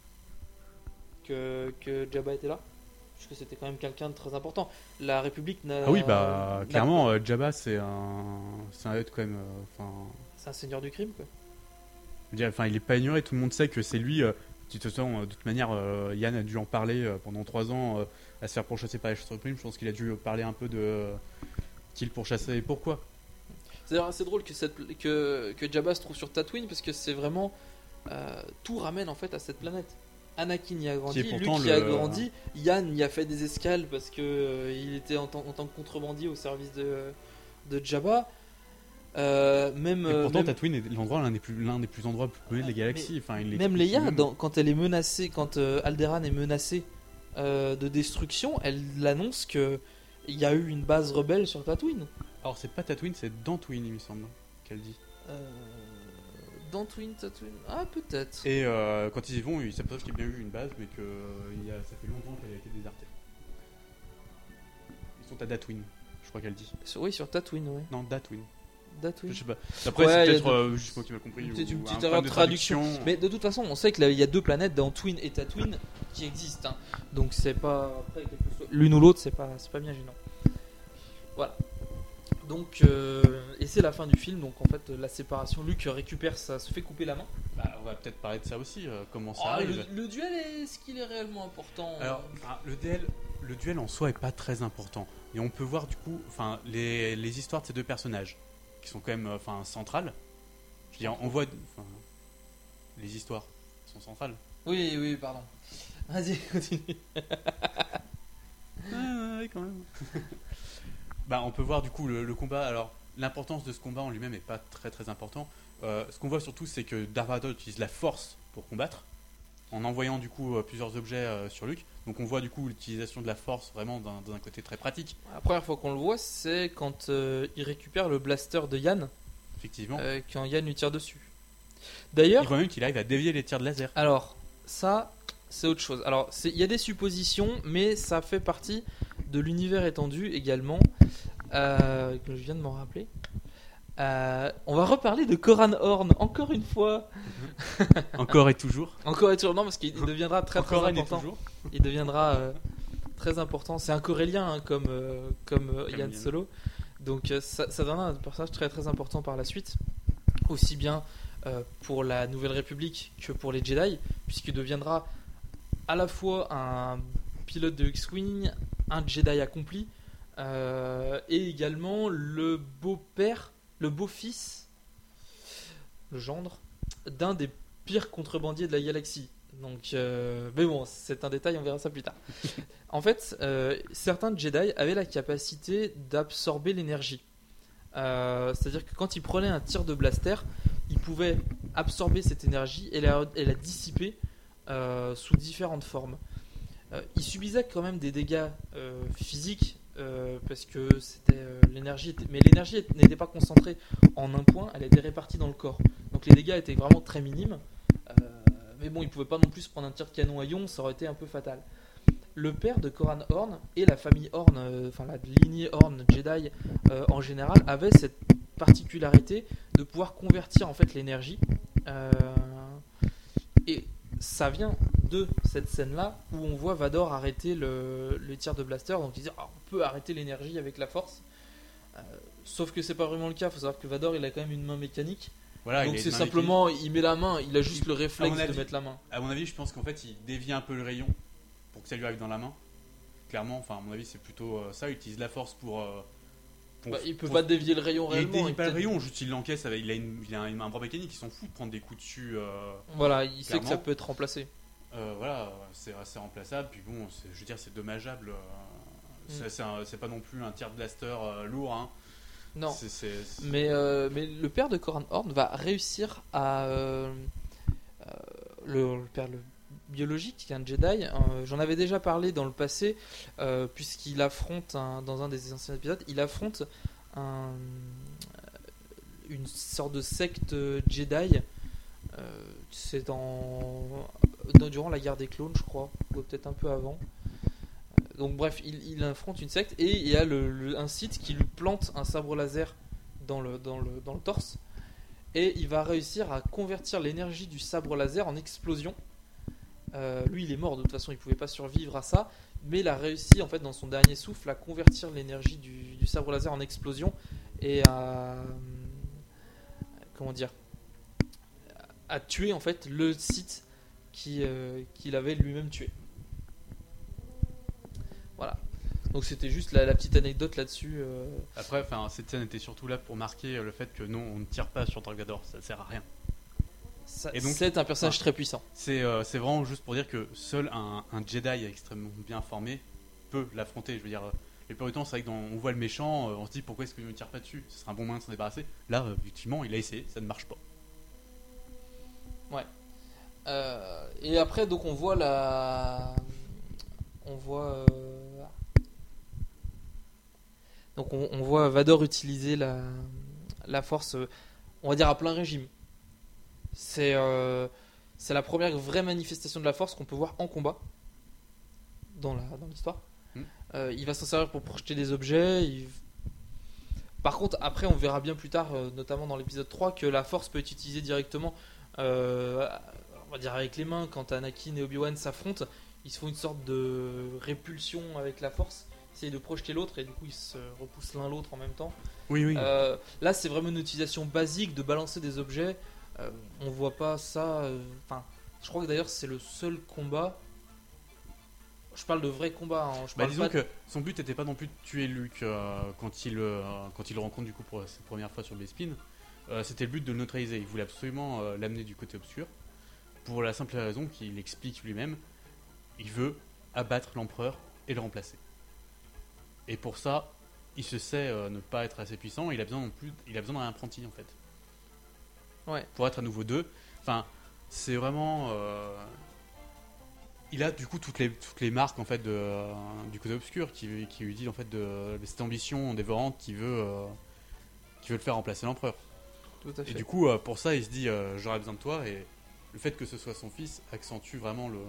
Que, que Jabba était là. Puisque c'était quand même quelqu'un de très important. La République n'a. Ah oui, bah n'a- clairement, euh, Jabba c'est un, c'est un être quand même. euh, Enfin, C'est un seigneur du crime, quoi. je veux dire, enfin, il est pas ignoré. Tout le monde sait que c'est lui. euh, de toute façon, euh, de toute manière, euh, Yann a dû en parler euh, pendant trois ans euh, à se faire pourchasser par les chasseurs de primes. Je pense qu'il a dû parler un peu de euh, qui le pourchassait et pourquoi. C'est d'ailleurs assez drôle que, cette, que, que Jabba se trouve sur Tatooine parce que c'est vraiment. euh, tout ramène en fait à cette planète. Anakin y a grandi, Qui est Luke pourtant y a le- grandi, Yann y a fait des escales parce que euh, il était en, tant- en tant que contrebandier au service de, de Jabba. Euh, même Et euh, pourtant, même, Tatooine est l'endroit l'un des plus l'un des plus endroits plus peuplés de la Mais- galaxie. Enfin, il même l'explique Leia, lui-même. dans- quand elle est menacée, quand euh, Alderaan est menacée euh, de destruction, elle annonce que il y a eu une base rebelle sur Tatooine. Alors, c'est pas Tatooine, c'est Dantooine, il me semble, qu'elle dit. Euh, dans Twin Tatooine, ah peut-être. Et euh, quand ils y vont, ils s'aperçoivent qu'il y a bien eu une base, mais que euh, il y a, ça fait longtemps qu'elle a été désertée. Ils sont à Datooine, je crois qu'elle dit. Sur- Oui, sur Tatooine, ouais. Non, Datooine. Je sais pas. Après, Ouais, c'est il y a peut-être de- euh, juste moi qui m'a compris. Peut-être ou une un petite problème erreur de de traduction. Mais de toute façon, on sait qu'il y a deux planètes dans Twin et Tatooine qui existent. Hein. Donc c'est pas. Après, quel que soit- l'une ou l'autre, c'est pas, c'est pas bien gênant. Voilà. Donc, euh, et c'est la fin du film. Donc en fait, la séparation. Luke récupère ça, se fait couper la main. Bah, on va peut-être parler de ça aussi. euh, comment ça Oh, arrive. le, le duel, est-ce qu'il est réellement important? Alors, enfin, le duel, le duel en soi est pas très important. Et on peut voir du coup, enfin, les, les histoires de ces deux personnages qui sont quand même, euh, enfin, centrales. Je veux dire, on voit, enfin, les histoires sont centrales. Oui, oui, pardon. Vas-y, continue. Ah, ouais, quand même. Bah, on peut voir du coup le, le combat. Alors, l'importance de ce combat en lui-même est pas très très important. Euh, ce qu'on voit surtout, c'est que Darth Vader utilise la Force pour combattre, en envoyant du coup euh, plusieurs objets euh, sur Luke. Donc, on voit du coup l'utilisation de la Force vraiment d'un, d'un côté très pratique. La première fois qu'on le voit, c'est quand euh, il récupère le blaster de Yann, Effectivement. euh, quand Yann lui tire dessus. Il D'ailleurs, voit même qu'il arrive à dévier les tirs de laser. alors ça, c'est autre chose. Alors, c'est- il y a des suppositions, mais ça fait partie de l'univers étendu également, euh, que je viens de m'en rappeler. Euh, on va reparler de Corran Horn encore une fois. Encore et toujours. Encore et toujours, non, parce qu'il deviendra très très Encore et important. toujours. Il deviendra euh, très important. C'est un Corélien hein, comme, euh, comme euh, Comme Yann Yann. Solo. Donc euh, ça, ça deviendra un personnage très très important par la suite. Aussi bien euh, pour la Nouvelle République que pour les Jedi, puisqu'il deviendra à la fois un pilote de X-Wing, un Jedi accompli, euh, et également le beau-père, le beau-fils, le gendre, d'un des pires contrebandiers de la galaxie. Donc, euh, mais bon, c'est un détail, on verra ça plus tard. En fait, euh, certains Jedi avaient la capacité d'absorber l'énergie. Euh, c'est-à-dire que quand ils prenaient un tir de blaster, ils pouvaient absorber cette énergie et la, et la dissiper euh, sous différentes formes. Euh, ils subisaient quand même des dégâts euh, physiques euh, parce que c'était euh, l'énergie, était, mais l'énergie n'était pas concentrée en un point, elle était répartie dans le corps. Donc les dégâts étaient vraiment très minimes. Euh, mais bon, ils pouvaient pas non plus prendre un tir de canon à ion, ça aurait été un peu fatal. Le père de Corran Horn et la famille Horn, euh, enfin la lignée Horn Jedi euh, en général, avaient cette particularité de pouvoir convertir en fait l'énergie. Euh, et ça vient de cette scène-là où on voit Vador arrêter le, le tir de blaster. Donc il dit ah, on peut arrêter l'énergie avec la force. Euh, sauf que c'est pas vraiment le cas. Il faut savoir que Vador il a quand même une main mécanique. Voilà, Donc il a c'est une main simplement il met la main, il a juste le À réflexe mon de avis- mettre la main. À mon avis, je pense qu'en fait, il dévie un peu le rayon pour que ça lui arrive dans la main. Clairement, enfin, à mon avis, c'est plutôt euh, ça. Il utilise la force pour. euh, pour- Bah, il peut pour- pas dévier le rayon Il réellement. dévie il pas le peut- rayon, juste il l'encaisse. Avec, il a, une, il a un, un bras mécanique, il s'en fout de prendre des coups dessus. euh, Voilà, il sait que ça Clairement. peut être remplacé. euh, voilà, c'est assez remplaçable. Puis bon, c'est- je veux dire, c'est dommageable. euh, c'est, Mm. c'est un- c'est pas non plus un tir de blaster euh, lourd. Hein. Non. C'est, c'est- c'est- Mais, euh, mais le père de Corran Horn va réussir à. euh, euh, le, le père le biologique, qui est un Jedi, euh, j'en avais déjà parlé dans le passé, euh, puisqu'il affronte, un- dans un des anciens épisodes, il affronte un, une sorte de secte Jedi. Euh, c'est dans, dans- durant la guerre des clones, je crois, ou peut-être un peu avant. Donc bref, il, il affronte une secte et il y a le, le- un Sith qui lui plante un sabre laser dans le, dans, le, dans le torse et il va réussir à convertir l'énergie du sabre laser en explosion. Euh, lui il est mort de toute façon, il pouvait pas survivre à ça, mais il a réussi en fait dans son dernier souffle à convertir l'énergie du, du sabre laser en explosion et à comment dire à tuer en fait le Sith qui, euh, qu'il avait lui-même tué. Voilà. Donc c'était juste la, la petite anecdote là-dessus. euh. Après, enfin, cette scène était surtout là pour marquer euh, le fait que non, on ne tire pas sur Dark Vador, ça sert à rien. Ça- Et donc- c'est un personnage Ah. très puissant. C'est, euh, c'est vraiment juste pour dire que seul un, un Jedi extrêmement bien formé peut l'affronter. Je veux dire, euh, les plupart du temps, c'est vrai que dans, on voit le méchant, euh, on se dit pourquoi est-ce qu'il ne tire pas dessus. Ce serait un bon moyen de s'en débarrasser. Là, euh, effectivement, il a essayé, ça ne marche pas. Euh, et après, donc on voit la, on voit, euh, donc on, on voit Vador utiliser la, la force, euh, on va dire à plein régime. C'est, euh, c'est la première vraie manifestation de la force qu'on peut voir en combat dans la, dans l'histoire. Hmm. Euh, il va s'en servir pour projeter des objets. Il, Par contre, après, on verra bien plus tard, euh, notamment dans l'épisode trois, que la force peut être utilisée directement, euh, on va dire avec les mains. Quand Anakin et Obi-Wan s'affrontent, ils se font une sorte de répulsion avec la force, ils essayent de projeter l'autre et du coup ils se repoussent l'un l'autre en même temps. Oui, oui. Euh, là, c'est vraiment une utilisation basique de balancer des objets. Euh, on voit pas ça. Enfin, euh, je crois que d'ailleurs c'est le seul combat. Je parle de vrai combat. Hein. Je Bah, parle disons pas de... que son but n'était pas non plus de tuer Luke euh, quand, il, euh, quand il le rencontre du coup pour sa première fois sur Bespin. Euh, c'était le but de le neutraliser. Il voulait absolument euh, l'amener du côté obscur. Pour la simple raison qu'il explique lui-même, il veut abattre l'empereur et le remplacer. Et pour ça, il se sait euh, ne pas être assez puissant. Il a besoin non plus, il a besoin d'un apprenti en fait. Ouais. Pour être à nouveau deux. Enfin, c'est vraiment. Euh, il a du coup toutes les toutes les marques en fait de euh, du côté obscur qui qui lui dit en fait de, de cette ambition dévorante qui veut euh, qui veut le faire remplacer l'empereur. Tout à fait. Et du coup, euh, pour ça, il se dit euh, j'aurais besoin de toi et le fait que ce soit son fils accentue vraiment le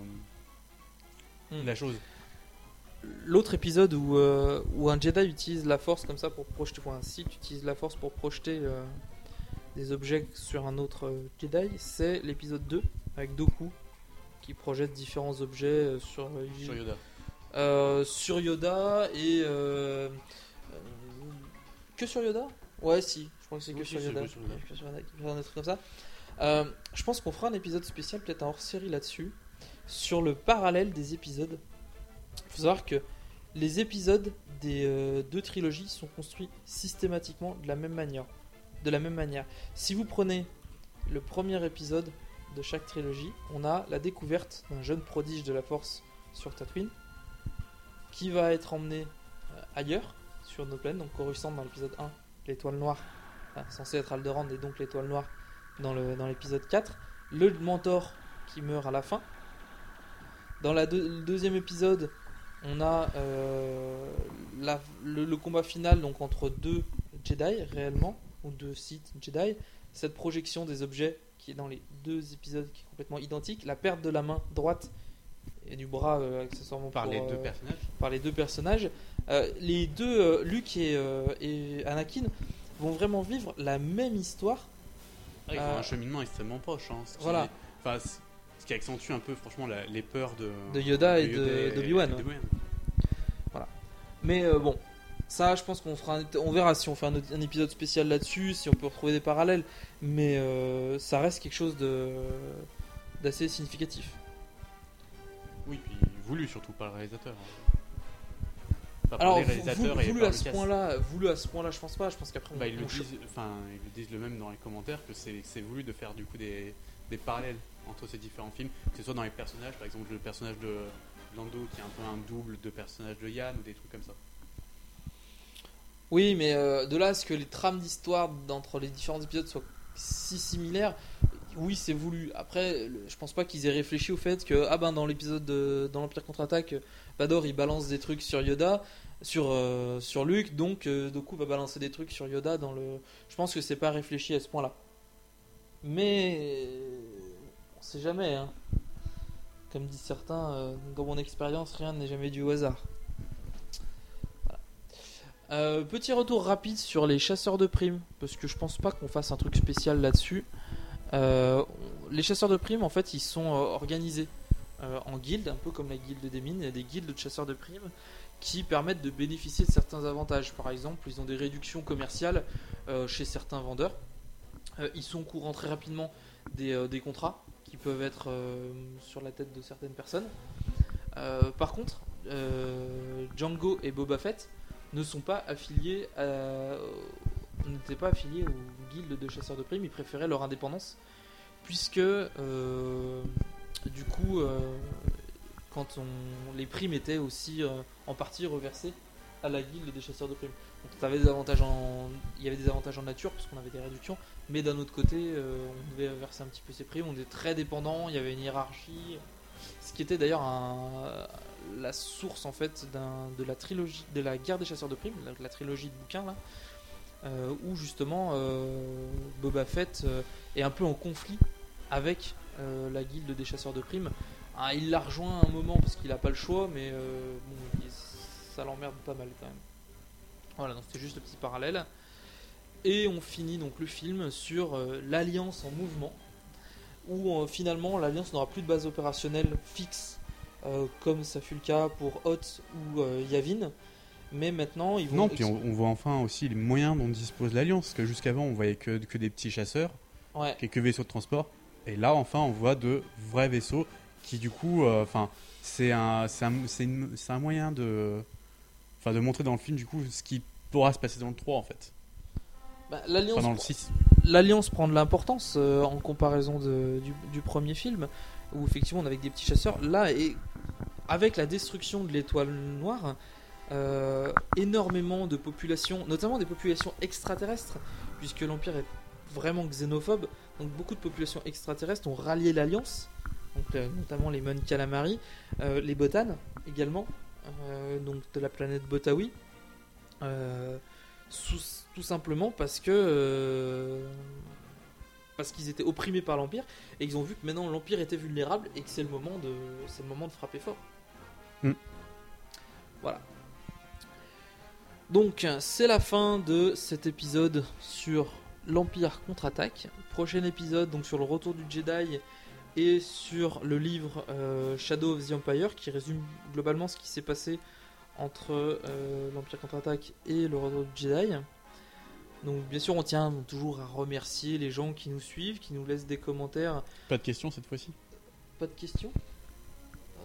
Hmm. la chose. L'autre épisode où, euh, où un Jedi utilise la force comme ça pour projeter, enfin un Sith utilise la force pour projeter euh, des objets sur un autre euh, Jedi, c'est l'épisode deux avec Dooku qui projette différents objets euh, sur, euh, Sur Yoda. euh, sur Yoda et euh, euh, que sur Yoda. Ouais, si, je crois que c'est que Oui, sur si, Yoda. c'est que sur Yoda. Que sur Yoda, qu'il y a un truc comme ça. Euh, je pense qu'on fera un épisode spécial, peut-être un hors-série là-dessus, sur le parallèle des épisodes. Il faut savoir que les épisodes des euh, deux trilogies sont construits systématiquement de la même manière. De la même manière. Si vous prenez le premier épisode de chaque trilogie, on a la découverte d'un jeune prodige de la Force sur Tatooine, qui va être emmené euh, ailleurs, sur nos planètes, donc Coruscant dans l'épisode un, l'étoile noire, enfin, censé être Alderaan et donc l'étoile noire dans, le, dans l'épisode quatre, le mentor qui meurt à la fin. Dans la deux, le deuxième épisode, on a euh, la, le, le combat final donc entre deux Jedi réellement, ou deux Sith Jedi, cette projection des objets qui est dans les deux épisodes qui est complètement identique, la perte de la main droite et du bras euh, accessoirement Par pour, les deux euh, personnages. par les deux personnages. Euh, les deux, euh, Luke et, euh, et Anakin, vont vraiment vivre la même histoire. Ah, ils ont Euh, un cheminement extrêmement proche. Hein, ce qui, voilà. Enfin, c- ce qui accentue un peu, franchement, la- les peurs de, De Yoda et de- d'Obi-Wan, et ouais. d'Obi-Wan. Mais euh, bon, ça, je pense qu'on fera, un- on verra si on fait un, autre- un épisode spécial là-dessus, si on peut retrouver des parallèles. Mais euh, ça reste quelque chose de d'assez significatif. Oui, puis voulu surtout par le réalisateur. Pas par Alors, les vou- réalisateurs vou- et voulu par à ce Lucas. point-là, voulu à ce point-là, je pense pas. Je pense qu'après, on, Bah, ils, le on cho- disent, enfin, ils le disent le même dans les commentaires que c'est, que c'est voulu de faire du coup des, des parallèles entre ces différents films, que ce soit dans les personnages, par exemple le personnage de Lando qui est un peu un double de personnage de Yann ou des trucs comme ça. Oui, mais euh, de là à ce que les trames d'histoire d'entre les différents épisodes soient si similaires, oui, c'est voulu. Après, le- je pense pas qu'ils aient réfléchi au fait que ah ben dans l'épisode de, dans l'Empire contre-attaque, Vador il balance des trucs sur Yoda, sur euh, sur Luke, donc euh, Dooku va balancer des trucs sur Yoda dans le. Je pense que c'est pas réfléchi à ce point-là. Mais on sait jamais. Hein. Comme disent certains, euh, dans mon expérience, rien n'est jamais dû au hasard. Euh, petit retour rapide sur les chasseurs de primes, parce que je pense pas qu'on fasse un truc spécial là-dessus. Euh, les chasseurs de primes, en fait, ils sont euh, organisés euh, en guildes, un peu comme la guilde des mines. Il y a des guildes de chasseurs de primes qui permettent de bénéficier de certains avantages. Par exemple, ils ont des réductions commerciales euh, chez certains vendeurs. Euh, ils sont au courant très rapidement des, euh, des contrats qui peuvent être euh, sur la tête de certaines personnes. Euh, par contre, euh, Django et Boba Fett ne sont pas affiliés à, n'étaient pas affiliés aux guildes de chasseurs de primes, ils préféraient leur indépendance, puisque euh, du coup, euh, quand on, les primes étaient aussi euh, en partie reversées à la guilde des chasseurs de primes. Donc t'avais des avantages en, il y avait des avantages en nature, parce qu'on avait des réductions, mais d'un autre côté, euh, on devait verser un petit peu ces primes, on était très dépendants, il y avait une hiérarchie, ce qui était d'ailleurs un, la source en fait d'un, de la trilogie, de la guerre des chasseurs de primes, la, la trilogie de bouquins là, euh, où justement euh, Boba Fett euh, est un peu en conflit avec euh, la guilde des chasseurs de primes. Ah, il la rejoint à un moment parce qu'il n'a pas le choix, mais euh, bon, il- ça l'emmerde pas mal quand même. Voilà, donc c'était juste le petit parallèle. Et on finit donc le film sur euh, l'Alliance en mouvement, où euh, finalement l'Alliance n'aura plus de base opérationnelle fixe, euh, comme ça fut le cas pour Hoth ou euh, Yavin, mais maintenant ils vont... Non, puis on, on voit enfin aussi les moyens dont dispose l'Alliance, parce que jusqu'avant on voyait que, que des petits chasseurs, Ouais. quelques vaisseaux de transport, et là enfin on voit de vrais vaisseaux qui du coup, enfin, euh, c'est un, c'est un, c'est une- c'est un moyen de, enfin, de montrer dans le film du coup ce qui pourra se passer dans le trois en fait, Bah, l'Alliance, enfin dans le six. l'Alliance prend de l'importance euh, en comparaison de- du, du premier film, où effectivement on est avec des petits chasseurs. Là, et avec la destruction de l'étoile noire, euh, énormément de populations, notamment des populations extraterrestres, puisque l'Empire est vraiment xénophobe, donc beaucoup de populations extraterrestres ont rallié l'Alliance, donc, euh, notamment les Mon Calamari, euh, les Botanes également, euh, donc de la planète Botawi, euh, sous- tout simplement parce que euh, parce qu'ils étaient opprimés par l'Empire et qu'ils ont vu que maintenant l'Empire était vulnérable et que c'est le moment de c'est le moment de frapper fort. Mm. Voilà. Donc c'est la fin de cet épisode sur l'Empire contre-attaque. Prochain épisode donc sur le retour du Jedi et sur le livre euh, Shadow of the Empire qui résume globalement ce qui s'est passé entre euh, l'Empire contre-attaque et le retour du Jedi. Donc bien sûr on tient toujours à remercier les gens qui nous suivent, qui nous laissent des commentaires. Pas de questions cette fois-ci. Pas de questions Euh,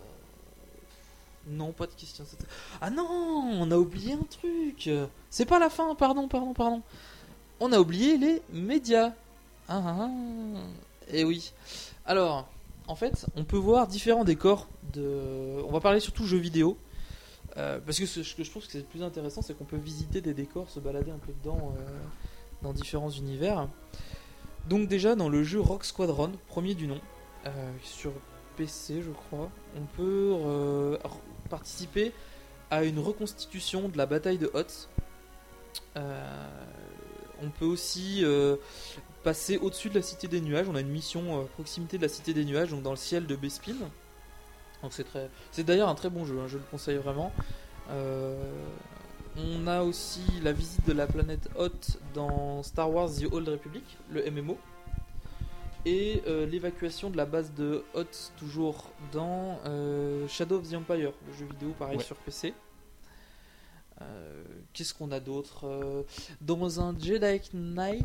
Non, pas de questions. C'était- Ah non, on a oublié un truc. C'est pas la fin, pardon, pardon, pardon. On a oublié les médias. Ah, ah, ah. Eh oui. Alors, en fait, on peut voir différents décors de... On va parler surtout jeux vidéo. Euh, parce que ce ce que je trouve que c'est le plus intéressant, c'est qu'on peut visiter des décors, se balader un peu dedans, euh, dans différents univers. Donc déjà, dans le jeu Rogue Squadron, premier du nom, euh, sur P C je crois, on peut euh, r- participer à une reconstitution de la bataille de Hoth. Euh, on peut aussi euh, passer au-dessus de la Cité des Nuages. On a une mission euh, à proximité de la Cité des Nuages, donc dans le ciel de Bespin. Donc c'est très, c'est d'ailleurs un très bon jeu, hein, je le conseille vraiment. Euh, on a aussi la visite de la planète Hoth dans Star Wars The Old Republic, le M M O. Et euh, l'évacuation de la base de Hoth, toujours dans euh, Shadow of the Empire, le jeu vidéo pareil Ouais. sur P C. Euh, Qu'est-ce qu'on a d'autre Euh, Dans un Jedi Knight,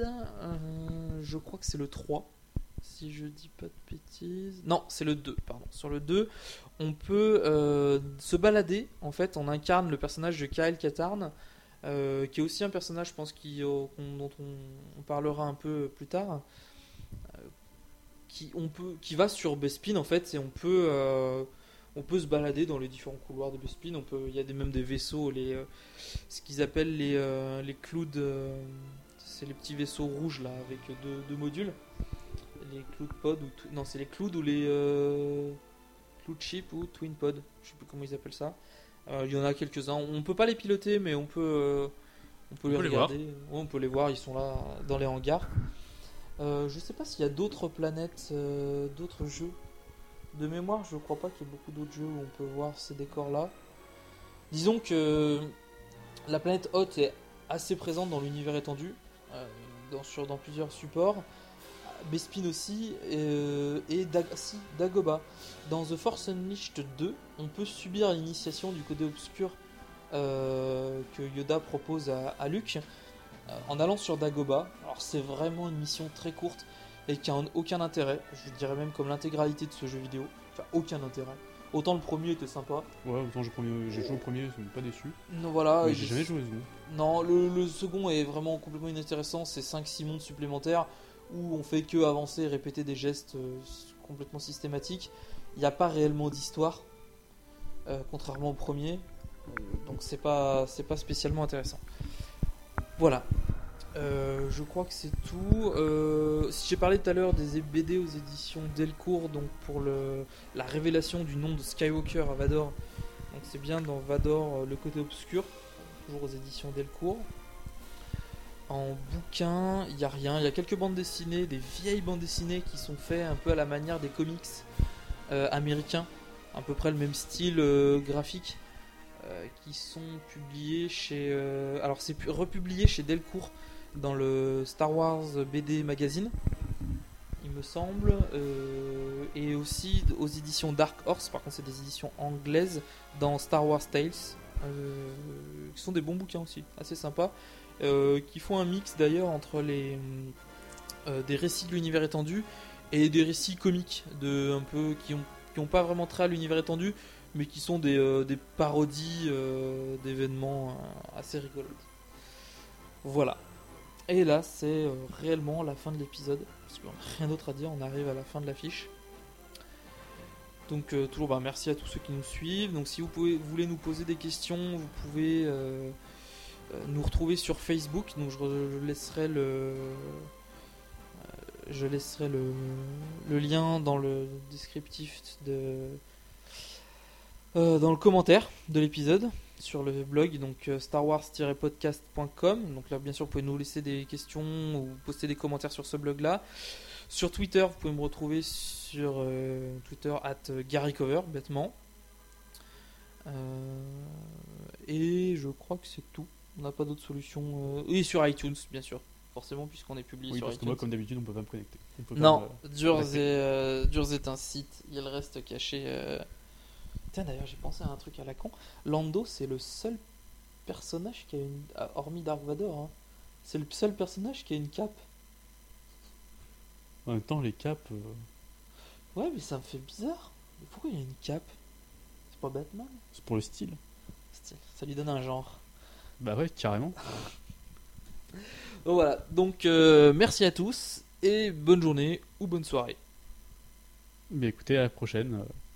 euh, je crois que c'est le trois, si je dis pas de bêtises. Non, c'est le deux, pardon. Sur le deux, on peut euh, se balader. En fait, on incarne le personnage de Kyle Katarn, euh, qui est aussi un personnage, je pense, qui, euh, qu'on- dont on, on parlera un peu plus tard. Euh, qui, on peut, qui va sur Bespin, en fait, et on peut, euh, on peut se balader dans les différents couloirs de Bespin. On peut, il y a des, même des vaisseaux, les, euh, ce qu'ils appellent les, euh, les clouds. euh, c'est les petits vaisseaux rouges là, avec deux, deux modules. Les Cloud Pod ou tw- non c'est les Cloud ou les euh, Cloud Ship ou Twin Pod, je sais plus comment ils appellent ça. Euh, il y en a quelques-uns. On peut pas les piloter, mais on peut euh, on peut On les peut les regarder. Ouais, on peut les voir, ils sont là dans les hangars. Euh, je sais pas s'il y a d'autres planètes, euh, d'autres jeux. De mémoire, je crois pas qu'il y ait beaucoup d'autres jeux où on peut voir ces décors-là. Disons que la planète Hoth est assez présente dans l'univers étendu, euh, dans, sur, dans plusieurs supports. Bespin aussi, euh, et Dag- si, Dagobah. Dans The Force Unleashed deux, on peut subir l'initiation du côté obscur euh, que Yoda propose à, à Luke euh, en allant sur Dagobah. Alors c'est vraiment une mission très courte et qui n'a aucun intérêt, je dirais même comme l'intégralité de ce jeu vidéo. Enfin, aucun intérêt. Autant le premier était sympa. Ouais, autant j'ai, premier, j'ai joué au premier, je suis pas déçu. Non, voilà, mais il- j'ai jamais joué au second. Non, le, le second est vraiment complètement inintéressant. C'est cinq six mondes supplémentaires où on fait que avancer et répéter des gestes euh, complètement systématiques. Il n'y a pas réellement d'histoire, euh, contrairement au premier. Donc c'est pas, c'est pas spécialement intéressant. Voilà. Euh, je crois que c'est tout. Euh, si j'ai parlé tout à l'heure des B D aux éditions Delcourt, donc pour le, la révélation du nom de Skywalker à Vador, donc c'est bien dans Vador, euh, le côté obscur, toujours aux éditions Delcourt. En bouquin, il n'y a rien. Il y a quelques bandes dessinées, des vieilles bandes dessinées qui sont faites un peu à la manière des comics euh, américains, à peu près le même style euh, graphique, euh, qui sont publiés chez. Euh, alors c'est pu- republié chez Delcourt. dans le Star Wars B D Magazine, il me semble, euh, et aussi aux éditions Dark Horse. Par contre, c'est des éditions anglaises dans Star Wars Tales, euh, qui sont des bons bouquins aussi, assez sympas, euh, qui font un mix d'ailleurs entre les euh, des récits de l'univers étendu et des récits comiques de un peu qui ont qui ont pas vraiment trait à l'univers étendu, mais qui sont des, euh, des parodies euh, d'événements euh, assez rigolotes. Voilà. Et là, c'est euh, réellement la fin de l'épisode, parce qu'on n'a rien d'autre à dire, on arrive à la fin de l'affiche. Donc euh, toujours bah, merci à tous ceux qui nous suivent. Donc si vous, pouvez, vous voulez nous poser des questions, vous pouvez euh, euh, nous retrouver sur Facebook. Donc je, je laisserai le euh, je laisserai le, le lien dans le descriptif de euh, dans le commentaire de l'épisode sur le blog, donc euh, star wars tiret podcast point com. Donc là bien sûr vous pouvez nous laisser des questions ou poster des commentaires sur ce blog là. Sur Twitter vous pouvez me retrouver sur euh, Twitter arobase Gary Cover bêtement. Euh, et je crois que c'est tout. On n'a pas d'autres solutions. Euh... Et sur iTunes bien sûr, forcément puisqu'on est publié oui, sur parce iTunes. que moi comme d'habitude on peut pas me connecter. On peut Non, pas me... Durs est, euh, Durs est un site, il reste caché. Euh... Tiens d'ailleurs j'ai pensé à un truc à la con. Lando c'est le seul personnage qui a une... hormis Dark Vador, hein. C'est le seul personnage qui a une cape. En même temps les capes... Euh... Ouais mais ça me fait bizarre. Pourquoi il a une cape? C'est pas Batman? C'est pour le style. Style. Ça lui donne un genre. Bah ouais, carrément. Donc voilà, donc euh, merci à tous et bonne journée ou bonne soirée. Mais écoutez, à la prochaine.